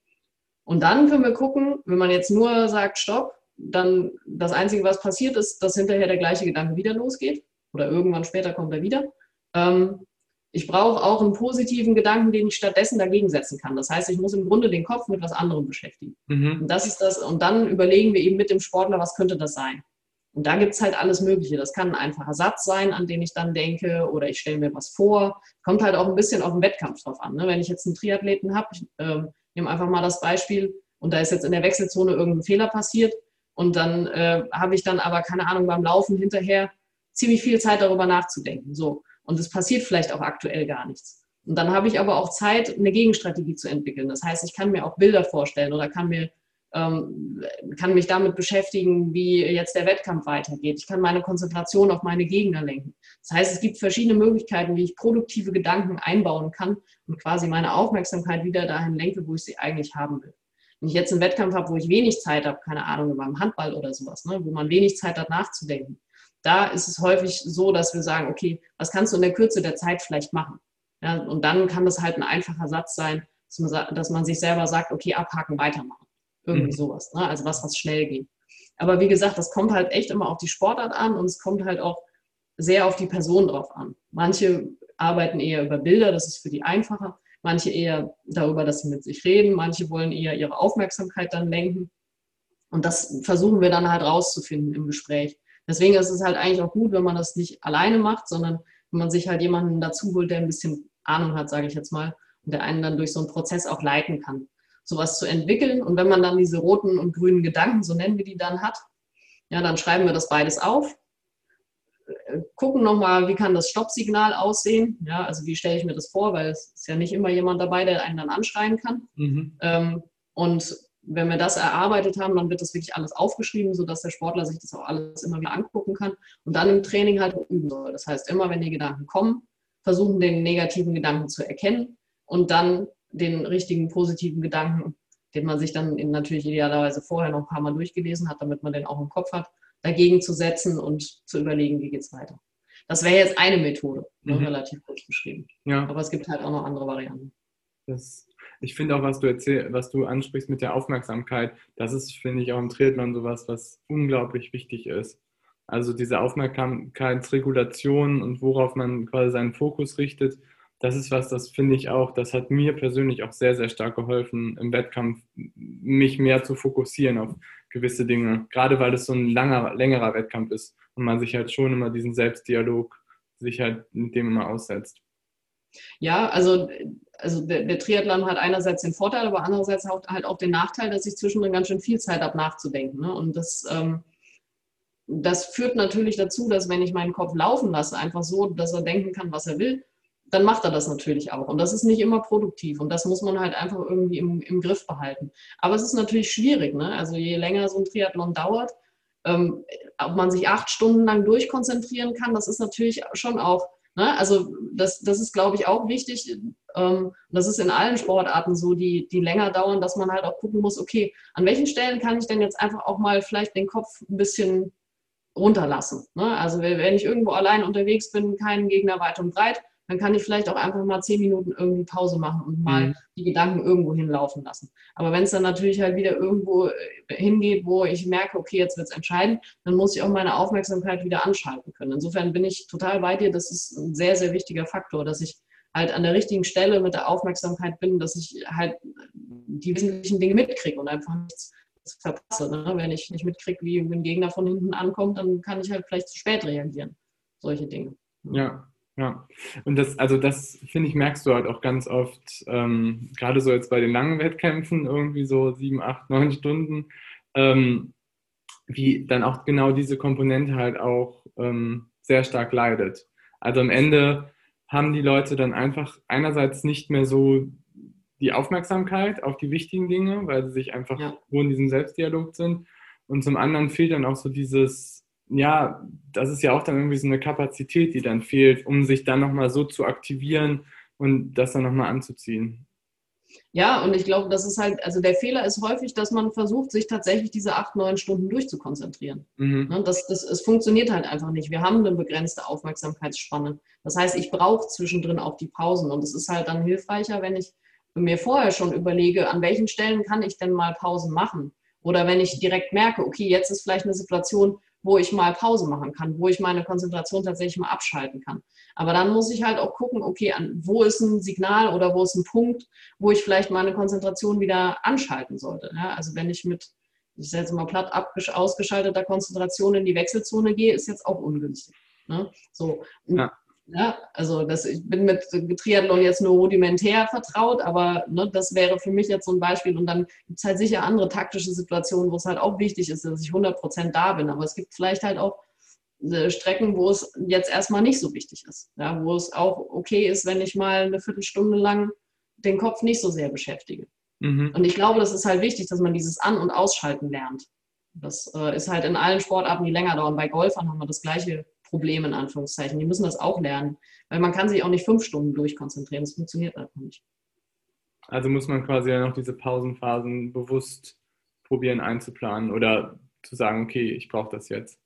Und dann können wir gucken, wenn man jetzt nur sagt Stopp, dann das Einzige, was passiert ist, dass hinterher der gleiche Gedanke wieder losgeht oder irgendwann später kommt er wieder. Ähm, ich brauche auch einen positiven Gedanken, den ich stattdessen dagegen setzen kann. Das heißt, ich muss im Grunde den Kopf mit was anderem beschäftigen. Mhm. Und das ist das. Und dann überlegen wir eben mit dem Sportler, was könnte das sein? Und da gibt es halt alles Mögliche. Das kann ein einfacher Satz sein, an den ich dann denke, oder ich stelle mir was vor. Kommt halt auch ein bisschen auf den Wettkampf drauf an. Ne? Wenn ich jetzt einen Triathleten habe, ich äh, nehme einfach mal das Beispiel, und da ist jetzt in der Wechselzone irgendein Fehler passiert, und dann äh, habe ich dann aber, keine Ahnung, beim Laufen hinterher ziemlich viel Zeit darüber nachzudenken. So. Und es passiert vielleicht auch aktuell gar nichts. Und dann habe ich aber auch Zeit, eine Gegenstrategie zu entwickeln. Das heißt, ich kann mir auch Bilder vorstellen oder kann mir Ähm, kann mich damit beschäftigen, wie jetzt der Wettkampf weitergeht. Ich kann meine Konzentration auf meine Gegner lenken. Das heißt, es gibt verschiedene Möglichkeiten, wie ich produktive Gedanken einbauen kann und quasi meine Aufmerksamkeit wieder dahin lenke, wo ich sie eigentlich haben will. Wenn ich jetzt einen Wettkampf habe, wo ich wenig Zeit habe, keine Ahnung, beim Handball oder sowas, ne, wo man wenig Zeit hat nachzudenken, da ist es häufig so, dass wir sagen, okay, was kannst du in der Kürze der Zeit vielleicht machen? Ja, und dann kann das halt ein einfacher Satz sein, dass man, dass man sich selber sagt, okay, abhaken, weitermachen. Irgendwie sowas, ne? Also was, was schnell geht. Aber wie gesagt, das kommt halt echt immer auf die Sportart an, und es kommt halt auch sehr auf die Person drauf an. Manche arbeiten eher über Bilder, das ist für die einfacher. Manche eher darüber, dass sie mit sich reden. Manche wollen eher ihre Aufmerksamkeit dann lenken. Und das versuchen wir dann halt rauszufinden im Gespräch. Deswegen ist es halt eigentlich auch gut, wenn man das nicht alleine macht, sondern wenn man sich halt jemanden dazu holt, der ein bisschen Ahnung hat, sage ich jetzt mal, und der einen dann durch so einen Prozess auch leiten kann, sowas zu entwickeln. Und wenn man dann diese roten und grünen Gedanken, so nennen wir die dann, hat, ja, dann schreiben wir das beides auf, gucken nochmal, wie kann das Stoppsignal aussehen, ja, also wie stelle ich mir das vor, weil es ist ja nicht immer jemand dabei, der einen dann anschreien kann. Mhm. Ähm, und wenn wir das erarbeitet haben, dann wird das wirklich alles aufgeschrieben, sodass der Sportler sich das auch alles immer wieder angucken kann und dann im Training halt üben soll. Das heißt, immer wenn die Gedanken kommen, versuchen, den negativen Gedanken zu erkennen und dann den richtigen positiven Gedanken, den man sich dann in, natürlich idealerweise vorher noch ein paar Mal durchgelesen hat, damit man den auch im Kopf hat, dagegen zu setzen und zu überlegen, wie geht es weiter. Das wäre jetzt eine Methode, mhm. ne, relativ kurz beschrieben. Ja. Aber es gibt halt auch noch andere Varianten. Das, ich finde auch, was du erzähl, was du ansprichst mit der Aufmerksamkeit, das ist, finde ich, auch im Triathlon sowas, was unglaublich wichtig ist. Also diese Aufmerksamkeitsregulation und worauf man quasi seinen Fokus richtet, das ist was, das finde ich auch, das hat mir persönlich auch sehr, sehr stark geholfen, im Wettkampf mich mehr zu fokussieren auf gewisse Dinge. Gerade weil es so ein langer, längerer Wettkampf ist und man sich halt schon immer diesen Selbstdialog sich halt mit dem immer aussetzt. Ja, also, also der, der Triathlon hat einerseits den Vorteil, aber andererseits auch, halt auch den Nachteil, dass ich zwischendrin ganz schön viel Zeit habe nachzudenken. Ne? Und das, ähm, das führt natürlich dazu, dass wenn ich meinen Kopf laufen lasse, einfach so, dass er denken kann, was er will, dann macht er das natürlich auch. Und das ist nicht immer produktiv. Und das muss man halt einfach irgendwie im, im Griff behalten. Aber es ist natürlich schwierig. Ne? Also je länger so ein Triathlon dauert, ähm, ob man sich acht Stunden lang durchkonzentrieren kann, das ist natürlich schon auch, ne? Also das, das ist, glaube ich, auch wichtig. Ähm, das ist in allen Sportarten so, die, die länger dauern, dass man halt auch gucken muss, okay, an welchen Stellen kann ich denn jetzt einfach auch mal vielleicht den Kopf ein bisschen runterlassen. Ne? Also wenn ich irgendwo allein unterwegs bin, keinen Gegner weit und breit, dann kann ich vielleicht auch einfach mal zehn Minuten irgendwie Pause machen und mal Mhm. die Gedanken irgendwo hinlaufen lassen. Aber wenn es dann natürlich halt wieder irgendwo hingeht, wo ich merke, okay, jetzt wird es entscheidend, dann muss ich auch meine Aufmerksamkeit wieder anschalten können. Insofern bin ich total bei dir. Das ist ein sehr, sehr wichtiger Faktor, dass ich halt an der richtigen Stelle mit der Aufmerksamkeit bin, dass ich halt die wesentlichen Dinge mitkriege und einfach nichts verpasse. Ne? Wenn ich nicht mitkriege, wie ein Gegner von hinten ankommt, dann kann ich halt vielleicht zu spät reagieren. Solche Dinge. Ja, ja. Und das, also das, finde ich, merkst du halt auch ganz oft, ähm, gerade so jetzt bei den langen Wettkämpfen, irgendwie so sieben, acht, neun Stunden, ähm, wie dann auch genau diese Komponente halt auch ähm, sehr stark leidet. Also am Ende haben die Leute dann einfach einerseits nicht mehr so die Aufmerksamkeit auf die wichtigen Dinge, weil sie sich einfach Ja. nur in diesem Selbstdialog sind. Und zum anderen fehlt dann auch so dieses, ja, das ist ja auch dann irgendwie so eine Kapazität, die dann fehlt, um sich dann nochmal so zu aktivieren und das dann nochmal anzuziehen. Ja, und ich glaube, das ist halt, also der Fehler ist häufig, dass man versucht, sich tatsächlich diese acht, neun Stunden durchzukonzentrieren. Mhm. Ne, das, das, es funktioniert halt einfach nicht. Wir haben eine begrenzte Aufmerksamkeitsspanne. Das heißt, ich brauche zwischendrin auch die Pausen. Und es ist halt dann hilfreicher, wenn ich mir vorher schon überlege, an welchen Stellen kann ich denn mal Pausen machen? Oder wenn ich direkt merke, okay, jetzt ist vielleicht eine Situation, wo ich mal Pause machen kann, wo ich meine Konzentration tatsächlich mal abschalten kann. Aber dann muss ich halt auch gucken, okay, an, wo ist ein Signal oder wo ist ein Punkt, wo ich vielleicht meine Konzentration wieder anschalten sollte. Ja, also wenn ich mit, ich sage jetzt mal platt, ausgeschalteter Konzentration in die Wechselzone gehe, ist jetzt auch ungünstig. Ne? So. Ja. Ja, also das, ich bin mit Triathlon jetzt nur rudimentär vertraut, aber ne, das wäre für mich jetzt so ein Beispiel. Und dann gibt es halt sicher andere taktische Situationen, wo es halt auch wichtig ist, dass ich hundert Prozent da bin. Aber es gibt vielleicht halt auch äh, Strecken, wo es jetzt erstmal nicht so wichtig ist. Ja, wo es auch okay ist, wenn ich mal eine Viertelstunde lang den Kopf nicht so sehr beschäftige. Mhm. Und ich glaube, das ist halt wichtig, dass man dieses An- und Ausschalten lernt. Das äh, ist halt in allen Sportarten, die länger dauern. Bei Golfern haben wir das gleiche Problem in Anführungszeichen. Die müssen das auch lernen, weil man kann sich auch nicht fünf Stunden durchkonzentrieren. Das funktioniert einfach nicht. Also muss man quasi ja noch diese Pausenphasen bewusst probieren einzuplanen oder zu sagen, okay, ich brauche das jetzt.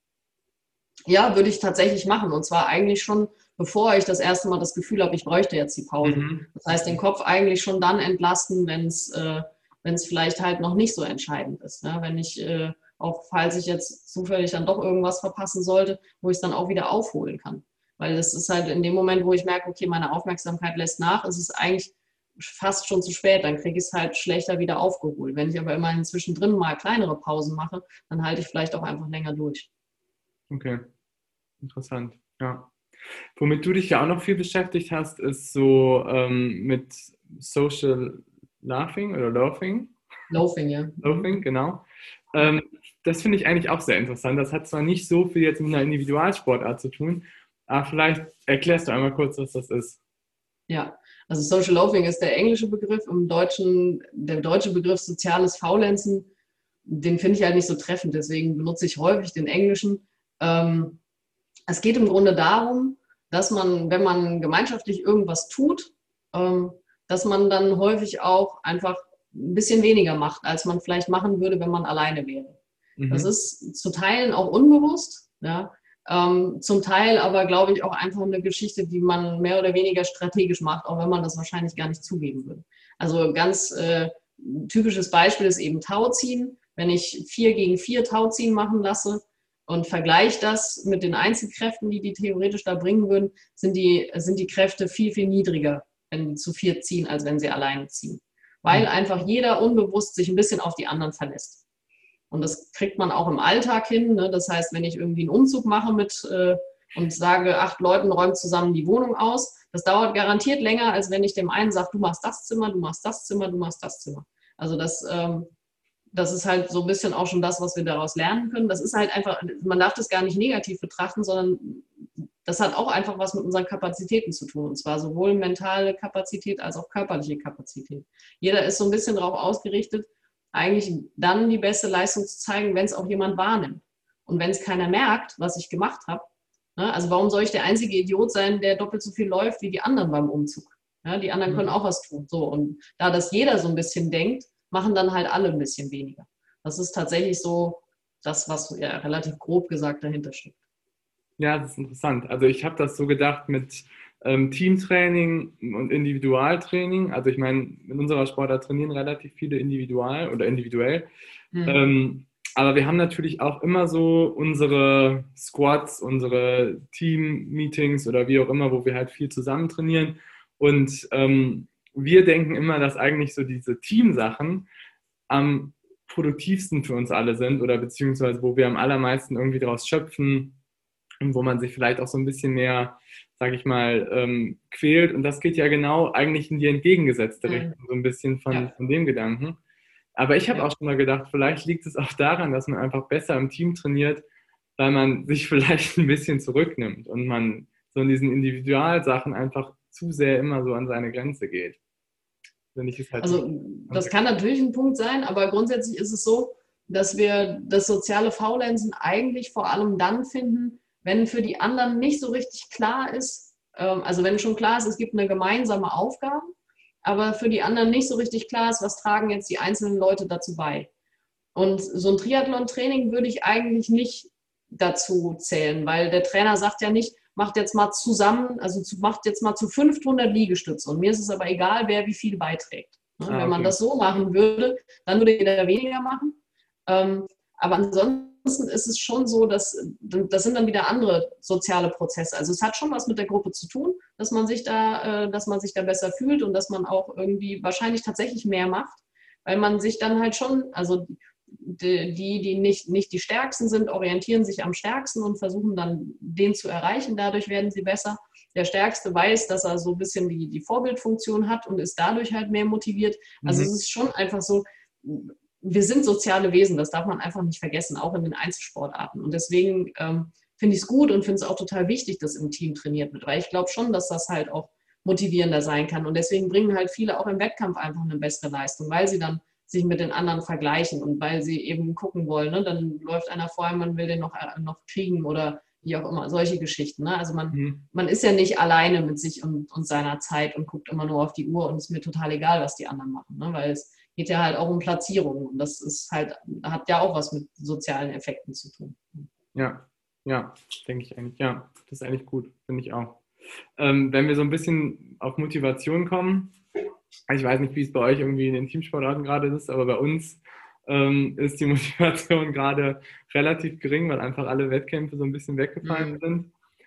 Ja, würde ich tatsächlich machen. Und zwar eigentlich schon, bevor ich das erste Mal das Gefühl habe, ich bräuchte jetzt die Pause. Mhm. Das heißt, den Kopf eigentlich schon dann entlasten, wenn es äh, wenn es vielleicht halt noch nicht so entscheidend ist. Ne? Wenn ich äh, auch, falls ich jetzt zufällig dann doch irgendwas verpassen sollte, wo ich es dann auch wieder aufholen kann. Weil das ist halt in dem Moment, wo ich merke, okay, meine Aufmerksamkeit lässt nach, ist es eigentlich fast schon zu spät, dann kriege ich es halt schlechter wieder aufgeholt. Wenn ich aber immerhin zwischendrin mal kleinere Pausen mache, dann halte ich vielleicht auch einfach länger durch. Okay, interessant, ja. Womit du dich ja auch noch viel beschäftigt hast, ist so ähm, mit Social Laughing oder Laughing. Loafing, ja. Loafing, genau. Ähm, das finde ich eigentlich auch sehr interessant. Das hat zwar nicht so viel jetzt mit einer Individualsportart zu tun, aber vielleicht erklärst du einmal kurz, was das ist. Ja, also Social Loafing ist der englische Begriff. Im Deutschen, der deutsche Begriff soziales Faulenzen, den finde ich halt nicht so treffend, deswegen benutze ich häufig den englischen. Ähm, es geht im Grunde darum, dass man, wenn man gemeinschaftlich irgendwas tut, ähm, dass man dann häufig auch einfach ein bisschen weniger macht, als man vielleicht machen würde, wenn man alleine wäre. Mhm. Das ist zu Teilen auch unbewusst, ja, ähm, zum Teil aber, glaube ich, auch einfach eine Geschichte, die man mehr oder weniger strategisch macht, auch wenn man das wahrscheinlich gar nicht zugeben würde. Also ganz äh, typisches Beispiel ist eben Tauziehen. Wenn ich vier gegen vier Tauziehen machen lasse und vergleiche das mit den Einzelkräften, die die theoretisch da bringen würden, sind die, sind die Kräfte viel, viel niedriger, wenn die zu vier ziehen, als wenn sie alleine ziehen. Weil einfach jeder unbewusst sich ein bisschen auf die anderen verlässt. Und das kriegt man auch im Alltag hin. Ne? Das heißt, wenn ich irgendwie einen Umzug mache mit, äh, und sage acht Leuten, räumt zusammen die Wohnung aus. Das dauert garantiert länger, als wenn ich dem einen sage, du machst das Zimmer, du machst das Zimmer, du machst das Zimmer. Also das, ähm, das ist halt so ein bisschen auch schon das, was wir daraus lernen können. Das ist halt einfach, man darf das gar nicht negativ betrachten, sondern das hat auch einfach was mit unseren Kapazitäten zu tun. Und zwar sowohl mentale Kapazität als auch körperliche Kapazität. Jeder ist so ein bisschen darauf ausgerichtet, eigentlich dann die beste Leistung zu zeigen, wenn es auch jemand wahrnimmt. Und wenn es keiner merkt, was ich gemacht habe, ne, also warum soll ich der einzige Idiot sein, der doppelt so viel läuft wie die anderen beim Umzug? Ja, die anderen können auch was tun. So, und da das jeder so ein bisschen denkt, machen dann halt alle ein bisschen weniger. Das ist tatsächlich so das, was ja relativ grob gesagt dahinter steckt. Ja, das ist interessant. Also ich habe das so gedacht mit ähm, Teamtraining und Individualtraining. Also ich meine, in unserer Sportart trainieren relativ viele individual oder individuell. Mhm. Ähm, aber wir haben natürlich auch immer so unsere Squads, unsere Team-Meetings oder wie auch immer, wo wir halt viel zusammen trainieren. Und ähm, wir denken immer, dass eigentlich so diese Teamsachen am produktivsten für uns alle sind oder beziehungsweise wo wir am allermeisten irgendwie daraus schöpfen und wo man sich vielleicht auch so ein bisschen mehr, sage ich mal, ähm, quält. Und das geht ja genau eigentlich in die entgegengesetzte mhm. Richtung, so ein bisschen von, ja. von dem Gedanken. Aber ich habe ja. auch schon mal gedacht, vielleicht liegt es auch daran, dass man einfach besser im Team trainiert, weil man sich vielleicht ein bisschen zurücknimmt und man so in diesen Individualsachen einfach zu sehr immer so an seine Grenze geht. Wenn ich es halt also das kann natürlich ein Punkt sein, aber grundsätzlich ist es so, dass wir das soziale Faulenzen eigentlich vor allem dann finden, wenn für die anderen nicht so richtig klar ist, also wenn schon klar ist, es gibt eine gemeinsame Aufgabe, aber für die anderen nicht so richtig klar ist, was tragen jetzt die einzelnen Leute dazu bei. Und so ein Triathlon-Training würde ich eigentlich nicht dazu zählen, weil der Trainer sagt ja nicht, macht jetzt mal zusammen, also zu, macht jetzt mal zu fünfhundert Liegestütze. Und mir ist es aber egal, wer wie viel beiträgt. Ne? Ah, okay. Wenn man das so machen würde, dann würde jeder weniger machen. Ähm, aber ansonsten ist es schon so, dass das sind dann wieder andere soziale Prozesse. Also es hat schon was mit der Gruppe zu tun, dass man sich da, äh, dass man sich da besser fühlt und dass man auch irgendwie wahrscheinlich tatsächlich mehr macht, weil man sich dann halt schon, also die, die nicht, nicht die Stärksten sind, orientieren sich am Stärksten und versuchen dann, den zu erreichen. Dadurch werden sie besser. Der Stärkste weiß, dass er so ein bisschen die, die Vorbildfunktion hat und ist dadurch halt mehr motiviert. Also mhm. es ist schon einfach so, wir sind soziale Wesen, das darf man einfach nicht vergessen, auch in den Einzelsportarten. Und deswegen ähm, finde ich es gut und finde es auch total wichtig, dass im Team trainiert wird, weil ich glaube schon, dass das halt auch motivierender sein kann. Und deswegen bringen halt viele auch im Wettkampf einfach eine bessere Leistung, weil sie dann sich mit den anderen vergleichen und weil sie eben gucken wollen, ne? Dann läuft einer vorher, man will den noch, noch kriegen oder wie auch immer, solche Geschichten. Ne? Also man, mhm. man ist ja nicht alleine mit sich und, und seiner Zeit und guckt immer nur auf die Uhr und ist mir total egal, was die anderen machen, ne? Weil es geht ja halt auch um Platzierung und das ist halt, hat ja auch was mit sozialen Effekten zu tun. Ja, ja, denke ich eigentlich, ja, das ist eigentlich gut, finde ich auch. Ähm, wenn wir so ein bisschen auf Motivation kommen, ich weiß nicht, wie es bei euch irgendwie in den Teamsportarten gerade ist, aber bei uns ähm, ist die Motivation gerade relativ gering, weil einfach alle Wettkämpfe so ein bisschen weggefallen mhm. sind.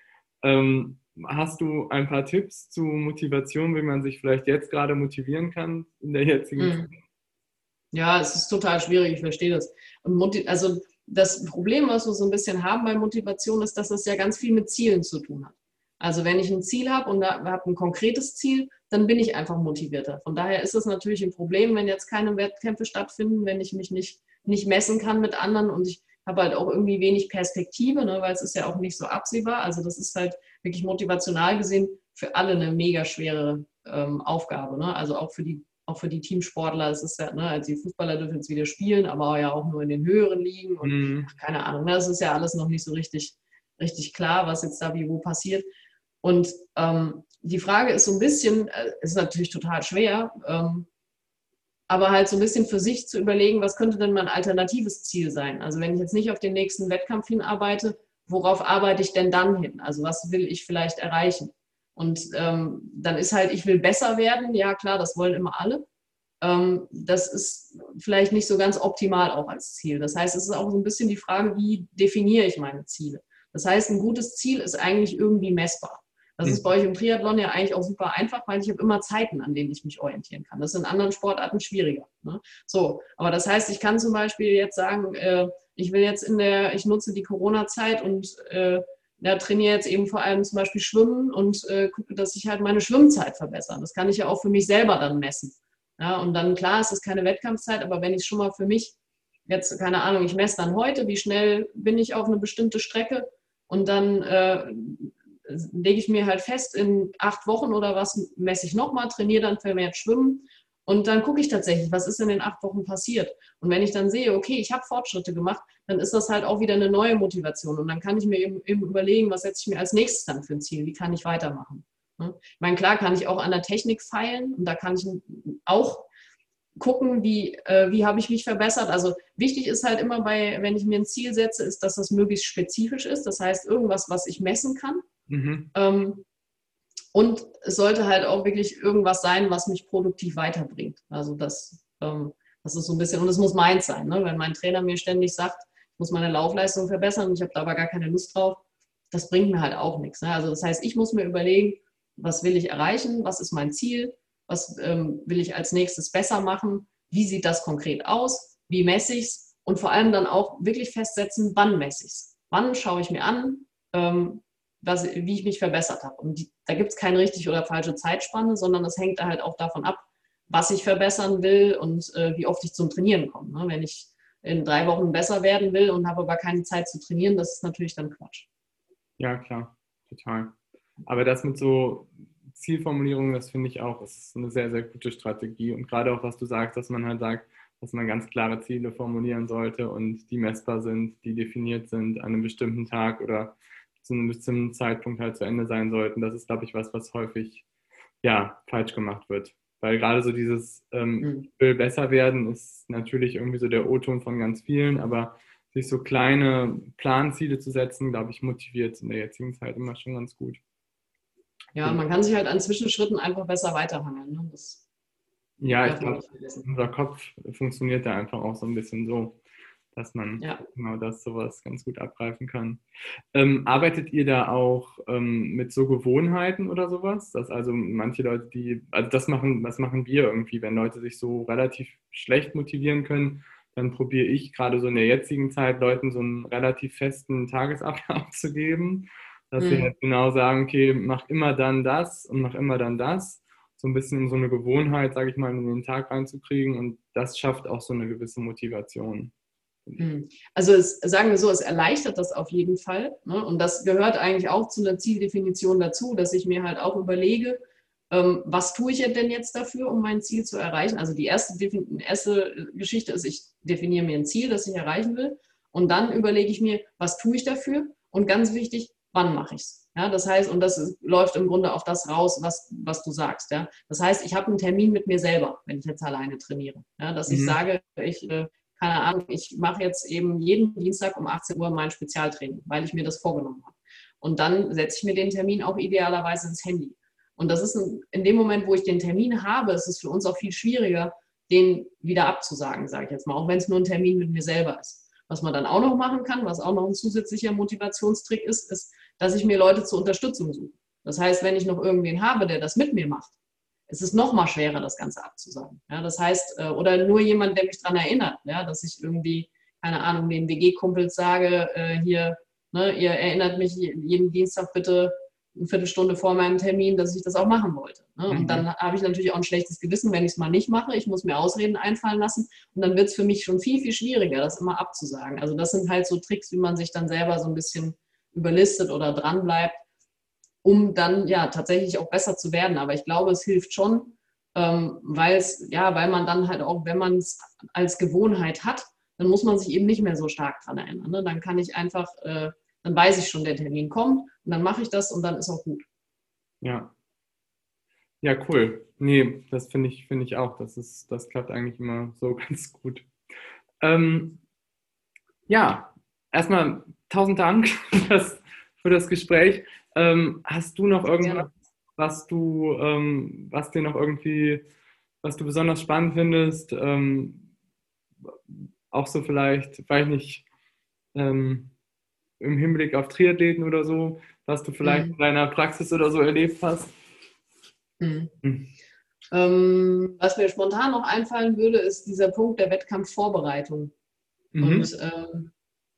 Ähm, hast du ein paar Tipps zu Motivation, wie man sich vielleicht jetzt gerade motivieren kann in der jetzigen Zeit? Mhm. Ja, es ist total schwierig, ich verstehe das. Und Motiv- also das Problem, was wir so ein bisschen haben bei Motivation, ist, dass das ja ganz viel mit Zielen zu tun hat. Also wenn ich ein Ziel habe und da habe ein konkretes Ziel, dann bin ich einfach motivierter. Von daher ist es natürlich ein Problem, wenn jetzt keine Wettkämpfe stattfinden, wenn ich mich nicht, nicht messen kann mit anderen und ich habe halt auch irgendwie wenig Perspektive, ne, weil es ist ja auch nicht so absehbar. Also das ist halt wirklich motivational gesehen für alle eine mega schwere ähm, Aufgabe. Ne? Also auch für die auch für die Teamsportler. Es ist ja, ne, also die Fußballer dürfen jetzt wieder spielen, aber ja auch nur in den höheren Ligen und mhm. ach, keine Ahnung. Ne? Das ist ja alles noch nicht so richtig, richtig klar, was jetzt da wie wo passiert. Und ähm, die Frage ist so ein bisschen, äh, ist natürlich total schwer, ähm, aber halt so ein bisschen für sich zu überlegen, was könnte denn mein alternatives Ziel sein? Also wenn ich jetzt nicht auf den nächsten Wettkampf hinarbeite, worauf arbeite ich denn dann hin? Also was will ich vielleicht erreichen? Und ähm, dann ist halt, ich will besser werden. Ja klar, das wollen immer alle. Ähm, das ist vielleicht nicht so ganz optimal auch als Ziel. Das heißt, es ist auch so ein bisschen die Frage, wie definiere ich meine Ziele? Das heißt, ein gutes Ziel ist eigentlich irgendwie messbar. Das ist bei euch im Triathlon ja eigentlich auch super einfach, weil ich habe immer Zeiten, an denen ich mich orientieren kann. Das ist in anderen Sportarten schwieriger. Ne? So, aber das heißt, ich kann zum Beispiel jetzt sagen, äh, ich will jetzt in der, ich nutze die Corona-Zeit und äh, ja, trainiere jetzt eben vor allem zum Beispiel Schwimmen und äh, gucke, dass ich halt meine Schwimmzeit verbessere. Das kann ich ja auch für mich selber dann messen. Ja, und dann, klar, es ist keine Wettkampfzeit, aber wenn ich schon mal für mich jetzt, keine Ahnung, ich messe dann heute, wie schnell bin ich auf eine bestimmte Strecke und dann äh, lege ich mir halt fest, in acht Wochen oder was messe ich nochmal, trainiere dann vermehrt Schwimmen und dann gucke ich tatsächlich, was ist in den acht Wochen passiert. Und wenn ich dann sehe, okay, ich habe Fortschritte gemacht, dann ist das halt auch wieder eine neue Motivation und dann kann ich mir eben, eben überlegen, was setze ich mir als nächstes dann für ein Ziel, wie kann ich weitermachen. Ich meine, klar kann ich auch an der Technik feilen und da kann ich auch gucken, wie, äh, wie habe ich mich verbessert. Also wichtig ist halt immer bei, wenn ich mir ein Ziel setze, ist, dass das möglichst spezifisch ist. Das heißt, irgendwas, was ich messen kann. Mhm. Ähm, und es sollte halt auch wirklich irgendwas sein, was mich produktiv weiterbringt. Also das, ähm, das ist so ein bisschen, und es muss meins sein. Ne? Wenn mein Trainer mir ständig sagt, ich muss meine Laufleistung verbessern und ich habe da aber gar keine Lust drauf, das bringt mir halt auch nichts. Ne? Also das heißt, ich muss mir überlegen, was will ich erreichen, was ist mein Ziel, was ähm, will ich als nächstes besser machen, wie sieht das konkret aus, wie messe ich es und vor allem dann auch wirklich festsetzen, wann messe ich es. Wann schaue ich mir an, ähm, was, wie ich mich verbessert habe. Und die, da gibt es keine richtig oder falsche Zeitspanne, sondern es hängt da halt auch davon ab, was ich verbessern will und äh, wie oft ich zum Trainieren komme. Ne? Wenn ich in drei Wochen besser werden will und habe aber keine Zeit zu trainieren, das ist natürlich dann Quatsch. Ja, klar, total. Aber das mit so Zielformulierungen, das finde ich auch, ist eine sehr, sehr gute Strategie. Und gerade auch, was du sagst, dass man halt sagt, dass man ganz klare Ziele formulieren sollte und die messbar sind, die definiert sind an einem bestimmten Tag oder zu einem bestimmten Zeitpunkt halt zu Ende sein sollten. Das ist, glaube ich, was, was häufig ja, falsch gemacht wird. Weil gerade so dieses ähm, mhm. ich will besser werden ist natürlich irgendwie so der O-Ton von ganz vielen, aber sich so kleine Planziele zu setzen, glaube ich, motiviert in der jetzigen Zeit immer schon ganz gut. Ja, man kann sich halt an Zwischenschritten einfach besser weiterhangeln. Ne? Das ja, ich glaube, unser Kopf funktioniert da einfach auch so ein bisschen so, dass man ja. genau das sowas ganz gut abgreifen kann. Ähm, arbeitet ihr da auch ähm, mit so Gewohnheiten oder sowas? Dass also manche Leute, die, also das machen, das machen wir irgendwie, wenn Leute sich so relativ schlecht motivieren können, dann probiere ich gerade so in der jetzigen Zeit Leuten so einen relativ festen Tagesablauf zu geben, dass mhm. sie halt genau sagen, okay, mach immer dann das und mach immer dann das. So ein bisschen so eine Gewohnheit, sage ich mal, in den Tag reinzukriegen und das schafft auch so eine gewisse Motivation. Also es, sagen wir so, es erleichtert das auf jeden Fall. Ne? Und das gehört eigentlich auch zu einer Zieldefinition dazu, dass ich mir halt auch überlege, ähm, was tue ich denn jetzt dafür, um mein Ziel zu erreichen. Also die erste, erste Geschichte ist, ich definiere mir ein Ziel, das ich erreichen will. Und dann überlege ich mir, was tue ich dafür? Und ganz wichtig, wann mache ich es? Ja, das heißt, und das ist, läuft im Grunde auf das raus, was, was du sagst. Ja? Das heißt, ich habe einen Termin mit mir selber, wenn ich jetzt alleine trainiere. Ja? Dass mhm. ich sage, ich... Äh, keine Ahnung, ich mache jetzt eben jeden Dienstag um achtzehn Uhr mein Spezialtraining, weil ich mir das vorgenommen habe. Und dann setze ich mir den Termin auch idealerweise ins Handy. Und das ist in dem Moment, wo ich den Termin habe, ist es für uns auch viel schwieriger, den wieder abzusagen, sage ich jetzt mal, auch wenn es nur ein Termin mit mir selber ist. Was man dann auch noch machen kann, was auch noch ein zusätzlicher Motivationstrick ist, ist, dass ich mir Leute zur Unterstützung suche. Das heißt, wenn ich noch irgendwen habe, der das mit mir macht, es ist noch mal schwerer, das Ganze abzusagen. Ja, das heißt, oder nur jemand, der mich daran erinnert, ja, dass ich irgendwie, keine Ahnung, den W G-Kumpels sage, äh, hier, ne, ihr erinnert mich jeden Dienstag bitte eine Viertelstunde vor meinem Termin, dass ich das auch machen wollte. Ne? Und mhm. dann habe ich natürlich auch ein schlechtes Gewissen, wenn ich es mal nicht mache. Ich muss mir Ausreden einfallen lassen und dann wird es für mich schon viel, viel schwieriger, das immer abzusagen. Also das sind halt so Tricks, wie man sich dann selber so ein bisschen überlistet oder dranbleibt, um dann ja tatsächlich auch besser zu werden. Aber ich glaube, es hilft schon, ähm, weil es, ja, weil man dann halt auch, wenn man es als Gewohnheit hat, dann muss man sich eben nicht mehr so stark dran erinnern. Ne? Dann kann ich einfach, äh, dann weiß ich schon, der Termin kommt und dann mache ich das und dann ist auch gut. Ja. Ja, cool. Nee, das finde ich, finde ich auch. Das ist, das klappt eigentlich immer so ganz gut. Ähm, ja, erstmal tausend Dank für das, für das Gespräch. Ähm, hast du noch irgendwas, was du, ähm, was dir noch irgendwie, was du besonders spannend findest? Ähm, auch so vielleicht, weiß nicht, ähm, im Hinblick auf Triathleten oder so, was du vielleicht mhm. in deiner Praxis oder so erlebt hast? Mhm. Mhm. Ähm, was mir spontan noch einfallen würde, ist dieser Punkt der Wettkampfvorbereitung. Mhm. Und ähm,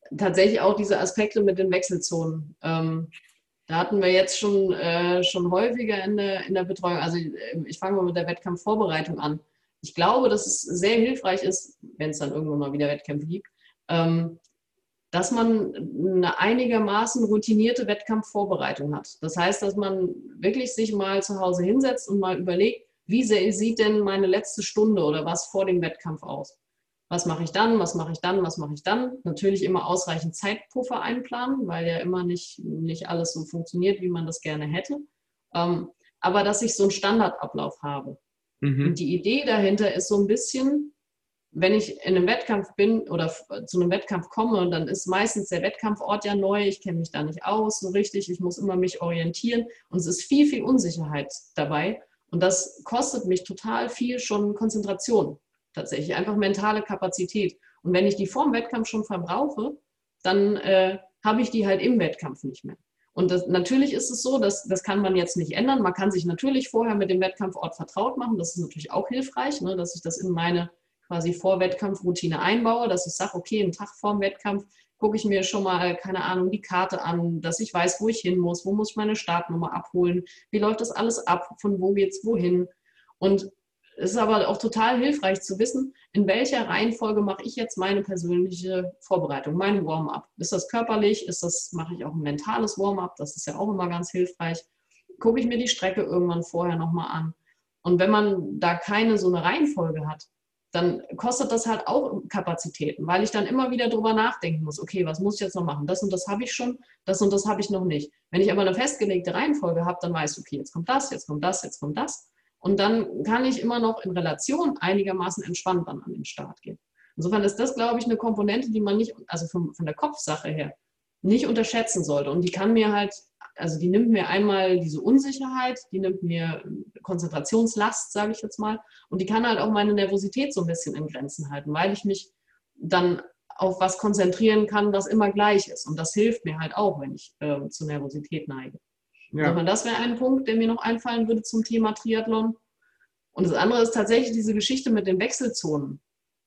tatsächlich auch diese Aspekte mit den Wechselzonen. Ähm, da hatten wir jetzt schon, äh, schon häufiger in der, in der Betreuung, also ich, ich fange mal mit der Wettkampfvorbereitung an. Ich glaube, dass es sehr hilfreich ist, wenn es dann irgendwann mal wieder Wettkämpfe gibt, ähm, dass man eine einigermaßen routinierte Wettkampfvorbereitung hat. Das heißt, dass man wirklich sich mal zu Hause hinsetzt und mal überlegt, wie sieht denn meine letzte Stunde oder was vor dem Wettkampf aus? Was mache ich dann, was mache ich dann, was mache ich dann? Natürlich immer ausreichend Zeitpuffer einplanen, weil ja immer nicht, nicht alles so funktioniert, wie man das gerne hätte. Ähm, aber dass ich so einen Standardablauf habe. Mhm. Und die Idee dahinter ist so ein bisschen, wenn ich in einem Wettkampf bin oder zu einem Wettkampf komme, dann ist meistens der Wettkampfort ja neu, ich kenne mich da nicht aus so richtig, ich muss immer mich orientieren und es ist viel, viel Unsicherheit dabei und das kostet mich total viel schon Konzentration, tatsächlich, einfach mentale Kapazität. Und wenn ich die vor dem Wettkampf schon verbrauche, dann äh, habe ich die halt im Wettkampf nicht mehr. Und das, natürlich ist es so, dass, das kann man jetzt nicht ändern, man kann sich natürlich vorher mit dem Wettkampfort vertraut machen, das ist natürlich auch hilfreich, ne, dass ich das in meine quasi Vor-Wettkampf-Routine einbaue, dass ich sage, okay, einen Tag vor dem Wettkampf gucke ich mir schon mal, keine Ahnung, die Karte an, dass ich weiß, wo ich hin muss, wo muss ich meine Startnummer abholen, wie läuft das alles ab, von wo geht's wohin. Und es ist aber auch total hilfreich zu wissen, in welcher Reihenfolge mache ich jetzt meine persönliche Vorbereitung, mein Warm-up. Ist das körperlich? Ist das, mache ich auch ein mentales Warm-up? Das ist ja auch immer ganz hilfreich. Gucke ich mir die Strecke irgendwann vorher nochmal an. Und wenn man da keine so eine Reihenfolge hat, dann kostet das halt auch Kapazitäten, weil ich dann immer wieder drüber nachdenken muss, okay, was muss ich jetzt noch machen? Das und das habe ich schon, das und das habe ich noch nicht. Wenn ich aber eine festgelegte Reihenfolge habe, dann weiß ich, okay, jetzt kommt das, jetzt kommt das, jetzt kommt das. Und dann kann ich immer noch in Relation einigermaßen entspannt dann an den Start gehen. Insofern ist das, glaube ich, eine Komponente, die man nicht, also von, von der Kopfsache her, nicht unterschätzen sollte. Und die kann mir halt, also die nimmt mir einmal diese Unsicherheit, die nimmt mir Konzentrationslast, sage ich jetzt mal, und die kann halt auch meine Nervosität so ein bisschen in Grenzen halten, weil ich mich dann auf was konzentrieren kann, was immer gleich ist. Und das hilft mir halt auch, wenn ich äh, zu Nervosität neige. Ja. Also das wäre ein Punkt, der mir noch einfallen würde zum Thema Triathlon. Und das andere ist tatsächlich diese Geschichte mit den Wechselzonen.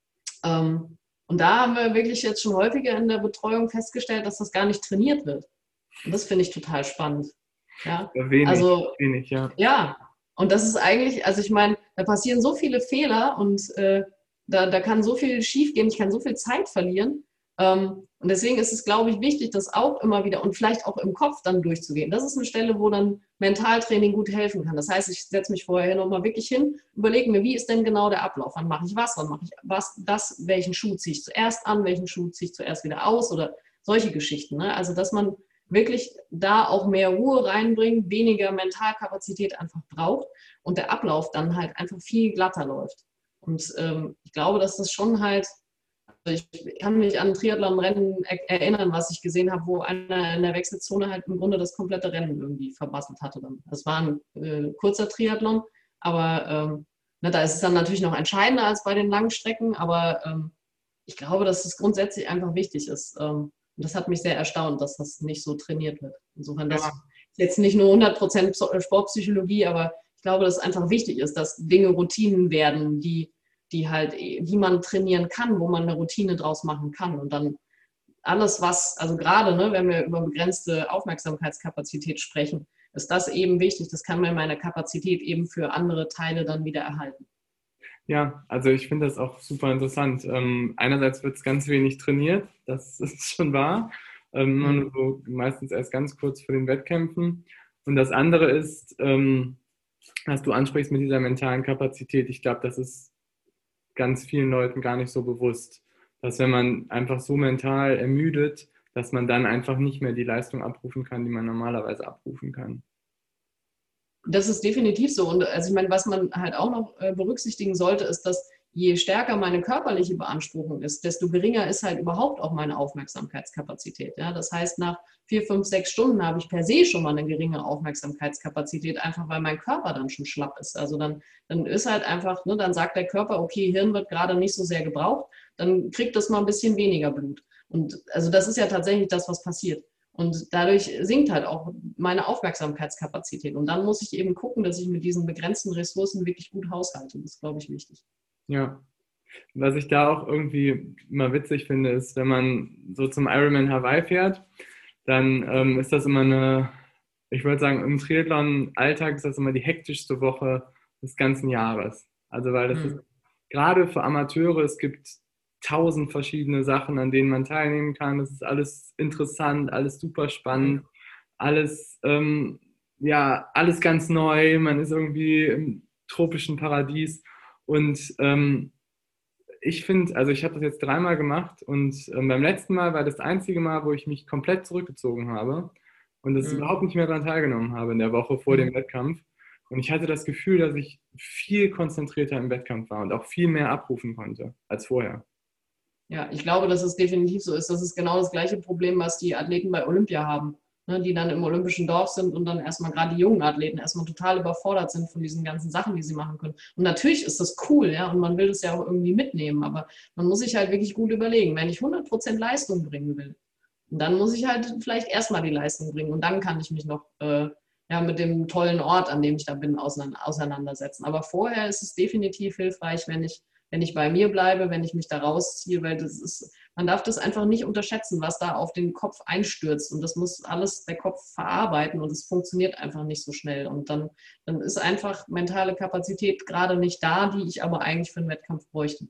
Ähm, und da haben wir wirklich jetzt schon häufiger in der Betreuung festgestellt, dass das gar nicht trainiert wird. Und das finde ich total spannend. Ja, ja wenig, also, wenig, ja. Ja, und das ist eigentlich, also ich meine, da passieren so viele Fehler und äh, da, da kann so viel schiefgehen, ich kann so viel Zeit verlieren. Ähm, und deswegen ist es, glaube ich, wichtig, das auch immer wieder und vielleicht auch im Kopf dann durchzugehen. Das ist eine Stelle, wo dann Mentaltraining gut helfen kann. Das heißt, ich setze mich vorher nochmal wirklich hin, überlege mir, wie ist denn genau der Ablauf? Wann mache ich was? Wann mache ich was? Das, welchen Schuh ziehe ich zuerst an? Welchen Schuh ziehe ich zuerst wieder aus? Oder solche Geschichten. Ne? Also, dass man wirklich da auch mehr Ruhe reinbringt, weniger Mentalkapazität einfach braucht und der Ablauf dann halt einfach viel glatter läuft. Und ähm, ich glaube, dass das schon halt, also ich kann mich an ein Triathlon-Rennen erinnern, was ich gesehen habe, wo einer in der Wechselzone halt im Grunde das komplette Rennen irgendwie verbastelt hatte. Das war ein äh, kurzer Triathlon, aber ähm, ne, da ist es dann natürlich noch entscheidender als bei den langen Strecken, aber ähm, ich glaube, dass es grundsätzlich einfach wichtig ist. Ähm, und das hat mich sehr erstaunt, dass das nicht so trainiert wird. Insofern, das ja. ist jetzt nicht nur hundert Prozent Sportpsychologie, aber ich glaube, dass es einfach wichtig ist, dass Dinge Routinen werden, die die halt, die man trainieren kann, wo man eine Routine draus machen kann. Und dann alles, was, also gerade, ne, wenn wir über begrenzte Aufmerksamkeitskapazität sprechen, ist das eben wichtig. Das kann mir meine Kapazität eben für andere Teile dann wieder erhalten. Ja, also ich finde das auch super interessant. Ähm, einerseits wird es ganz wenig trainiert, das ist schon wahr. Ähm, mhm. so meistens erst ganz kurz vor den Wettkämpfen. Und das andere ist, ähm, was du ansprichst mit dieser mentalen Kapazität, ich glaube, das ist ganz vielen Leuten gar nicht so bewusst, dass wenn man einfach so mental ermüdet, dass man dann einfach nicht mehr die Leistung abrufen kann, die man normalerweise abrufen kann. Das ist definitiv so. Und also ich meine, was man halt auch noch berücksichtigen sollte, ist, dass je stärker meine körperliche Beanspruchung ist, desto geringer ist halt überhaupt auch meine Aufmerksamkeitskapazität. Ja? Das heißt, nach vier, fünf, sechs Stunden habe ich per se schon mal eine geringe Aufmerksamkeitskapazität, einfach weil mein Körper dann schon schlapp ist. Also dann, dann ist halt einfach, ne, dann sagt der Körper, okay, Hirn wird gerade nicht so sehr gebraucht, dann kriegt das mal ein bisschen weniger Blut. Und also das ist ja tatsächlich das, was passiert. Und dadurch sinkt halt auch meine Aufmerksamkeitskapazität. Und dann muss ich eben gucken, dass ich mit diesen begrenzten Ressourcen wirklich gut haushalte. Das ist, glaube ich, wichtig. Ja, Was ich da auch irgendwie immer witzig finde, ist, wenn man so zum Ironman Hawaii fährt, dann ähm, ist das immer eine, ich würde sagen, im Triathlon-Alltag ist das immer die hektischste Woche des ganzen Jahres. Also weil das ist Hm. gerade für Amateure, es gibt tausend verschiedene Sachen, an denen man teilnehmen kann. Es ist alles interessant, alles super spannend, alles, ähm, ja, alles ganz neu. Man ist irgendwie im tropischen Paradies und ähm, ich finde, also ich habe das jetzt dreimal gemacht und ähm, beim letzten Mal war das einzige Mal, wo ich mich komplett zurückgezogen habe und das Hm. überhaupt nicht mehr daran teilgenommen habe in der Woche vor Hm. dem Wettkampf. Und ich hatte das Gefühl, dass ich viel konzentrierter im Wettkampf war und auch viel mehr abrufen konnte als vorher. Ja, ich glaube, dass es definitiv so ist. Das ist genau das gleiche Problem, was die Athleten bei Olympia haben, ne, die dann im olympischen Dorf sind und dann erstmal gerade die jungen Athleten erstmal total überfordert sind von diesen ganzen Sachen, die sie machen können. Und natürlich ist das cool, ja, und man will das ja auch irgendwie mitnehmen, aber man muss sich halt wirklich gut überlegen, wenn ich hundert Prozent Leistung bringen will, dann muss ich halt vielleicht erstmal die Leistung bringen und dann kann ich mich noch äh, ja, mit dem tollen Ort, an dem ich da bin, auseinandersetzen. Aber vorher ist es definitiv hilfreich, wenn ich wenn ich bei mir bleibe, wenn ich mich da rausziehe, weil das ist, man darf das einfach nicht unterschätzen, was da auf den Kopf einstürzt und das muss alles der Kopf verarbeiten und es funktioniert einfach nicht so schnell und dann, dann ist einfach mentale Kapazität gerade nicht da, die ich aber eigentlich für einen Wettkampf bräuchte.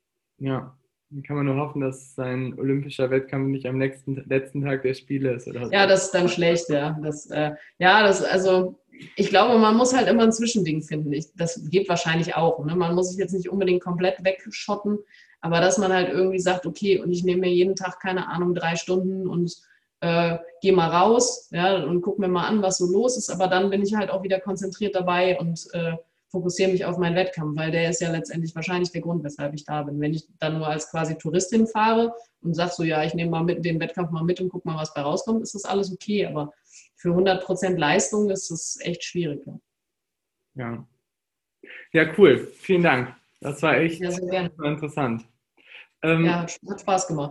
Ja, dann kann man nur hoffen, dass sein olympischer Wettkampf nicht am nächsten, letzten Tag der Spiele ist. Oder ja, das ist dann schlecht, ja. Das, äh, ja, das, also ich glaube, man muss halt immer ein Zwischending finden. Ich, das geht wahrscheinlich auch. Ne? Man muss sich jetzt nicht unbedingt komplett wegschotten, aber dass man halt irgendwie sagt, okay, und ich nehme mir jeden Tag, keine Ahnung, drei Stunden und äh, gehe mal raus, ja, und gucke mir mal an, was so los ist, aber dann bin ich halt auch wieder konzentriert dabei und äh, fokussiere mich auf meinen Wettkampf, weil der ist ja letztendlich wahrscheinlich der Grund, weshalb ich da bin. Wenn ich dann nur als quasi Touristin fahre und sage so, ja, ich nehme mal mit, den Wettkampf mal mit und gucke mal, was bei rauskommt, ist das alles okay, aber für hundert Prozent Leistung ist es echt schwierig. Ja. Ja, cool. Vielen Dank. Das war echt ja, sehr gerne. interessant. Ähm, ja, hat Spaß gemacht.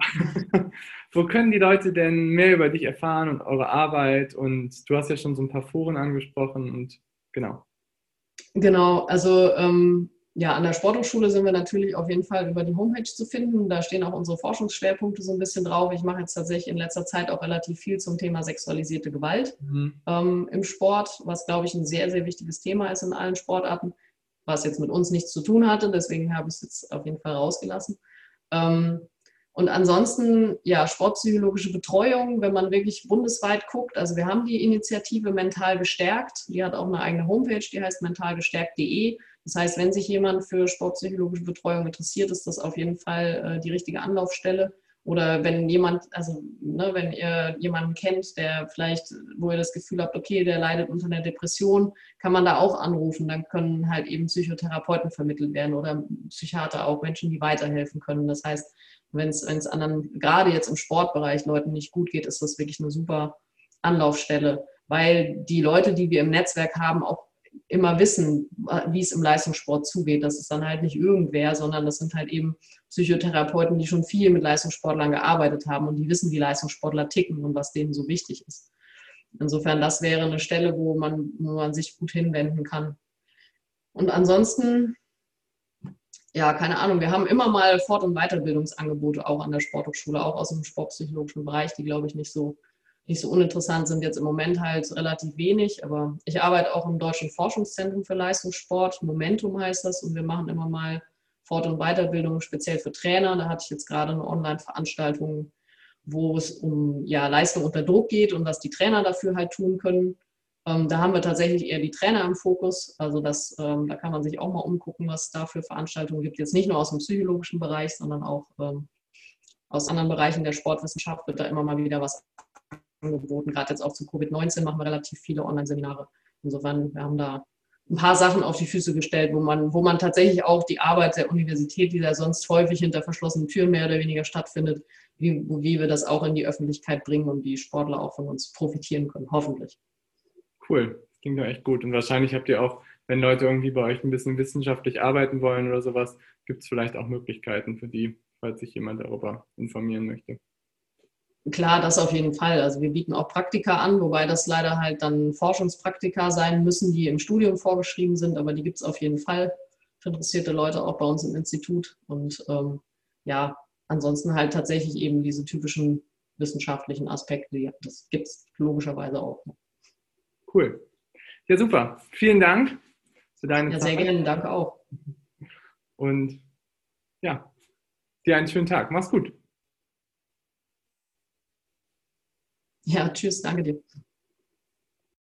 Wo können die Leute denn mehr über dich erfahren und eure Arbeit? Und du hast ja schon so ein paar Foren angesprochen und genau. Genau, also ähm, ja, an der Sporthochschule sind wir natürlich auf jeden Fall über die Homepage zu finden. Da stehen auch unsere Forschungsschwerpunkte so ein bisschen drauf. Ich mache jetzt tatsächlich in letzter Zeit auch relativ viel zum Thema sexualisierte Gewalt Mhm. ähm, im Sport, was, glaube ich, ein sehr, sehr wichtiges Thema ist in allen Sportarten, was jetzt mit uns nichts zu tun hatte. Deswegen habe ich es jetzt auf jeden Fall rausgelassen. Ähm, und ansonsten, ja, sportpsychologische Betreuung, wenn man wirklich bundesweit guckt. Also wir haben die Initiative Mental gestärkt. Die hat auch eine eigene Homepage, die heißt mentalgestärkt punkt de. Das heißt, wenn sich jemand für sportpsychologische Betreuung interessiert, ist das auf jeden Fall äh, die richtige Anlaufstelle. Oder wenn jemand, also ne, wenn ihr jemanden kennt, der vielleicht, wo ihr das Gefühl habt, okay, der leidet unter einer Depression, kann man da auch anrufen. Dann können halt eben Psychotherapeuten vermittelt werden oder Psychiater auch, Menschen, die weiterhelfen können. Das heißt, wenn es anderen, gerade jetzt im Sportbereich, Leuten nicht gut geht, ist das wirklich eine super Anlaufstelle, weil die Leute, die wir im Netzwerk haben, auch immer wissen, wie es im Leistungssport zugeht. Das ist dann halt nicht irgendwer, sondern das sind halt eben Psychotherapeuten, die schon viel mit Leistungssportlern gearbeitet haben und die wissen, wie Leistungssportler ticken und was denen so wichtig ist. Insofern, das wäre eine Stelle, wo man, wo man sich gut hinwenden kann. Und ansonsten, ja, keine Ahnung, wir haben immer mal Fort- und Weiterbildungsangebote auch an der Sporthochschule, auch aus dem sportpsychologischen Bereich, die, glaube ich, nicht so, nicht so uninteressant sind. Jetzt im Moment halt relativ wenig, aber ich arbeite auch im Deutschen Forschungszentrum für Leistungssport, Momentum heißt das, und wir machen immer mal Fort- und Weiterbildung speziell für Trainer. Da hatte ich jetzt gerade eine Online-Veranstaltung, wo es um ja, Leistung unter Druck geht und was die Trainer dafür halt tun können. Ähm, da haben wir tatsächlich eher die Trainer im Fokus. Also das, ähm, da kann man sich auch mal umgucken, was es da für Veranstaltungen gibt. Jetzt nicht nur aus dem psychologischen Bereich, sondern auch ähm, aus anderen Bereichen der Sportwissenschaft wird da immer mal wieder was angeboten. Gerade jetzt auch zu Covid neunzehn machen wir relativ viele Online-Seminare. Insofern, wir haben da ein paar Sachen auf die Füße gestellt, wo man, wo man tatsächlich auch die Arbeit der Universität, die da sonst häufig hinter verschlossenen Türen mehr oder weniger stattfindet, wie, wie wir das auch in die Öffentlichkeit bringen und die Sportler auch von uns profitieren können, hoffentlich. Cool, das klingt doch echt gut. Und wahrscheinlich habt ihr auch, wenn Leute irgendwie bei euch ein bisschen wissenschaftlich arbeiten wollen oder sowas, gibt es vielleicht auch Möglichkeiten für die, falls sich jemand darüber informieren möchte. Klar, das auf jeden Fall. Also wir bieten auch Praktika an, wobei das leider halt dann Forschungspraktika sein müssen, die im Studium vorgeschrieben sind, aber die gibt es auf jeden Fall interessierte Leute auch bei uns im Institut. Und ähm, ja, ansonsten halt tatsächlich eben diese typischen wissenschaftlichen Aspekte, ja, das gibt es logischerweise auch. Cool. Ja, super. Vielen Dank für deine Ja, Zeit. sehr gerne. Danke auch. Und ja, dir einen schönen Tag. Mach's gut. Ja, tschüss. Danke dir.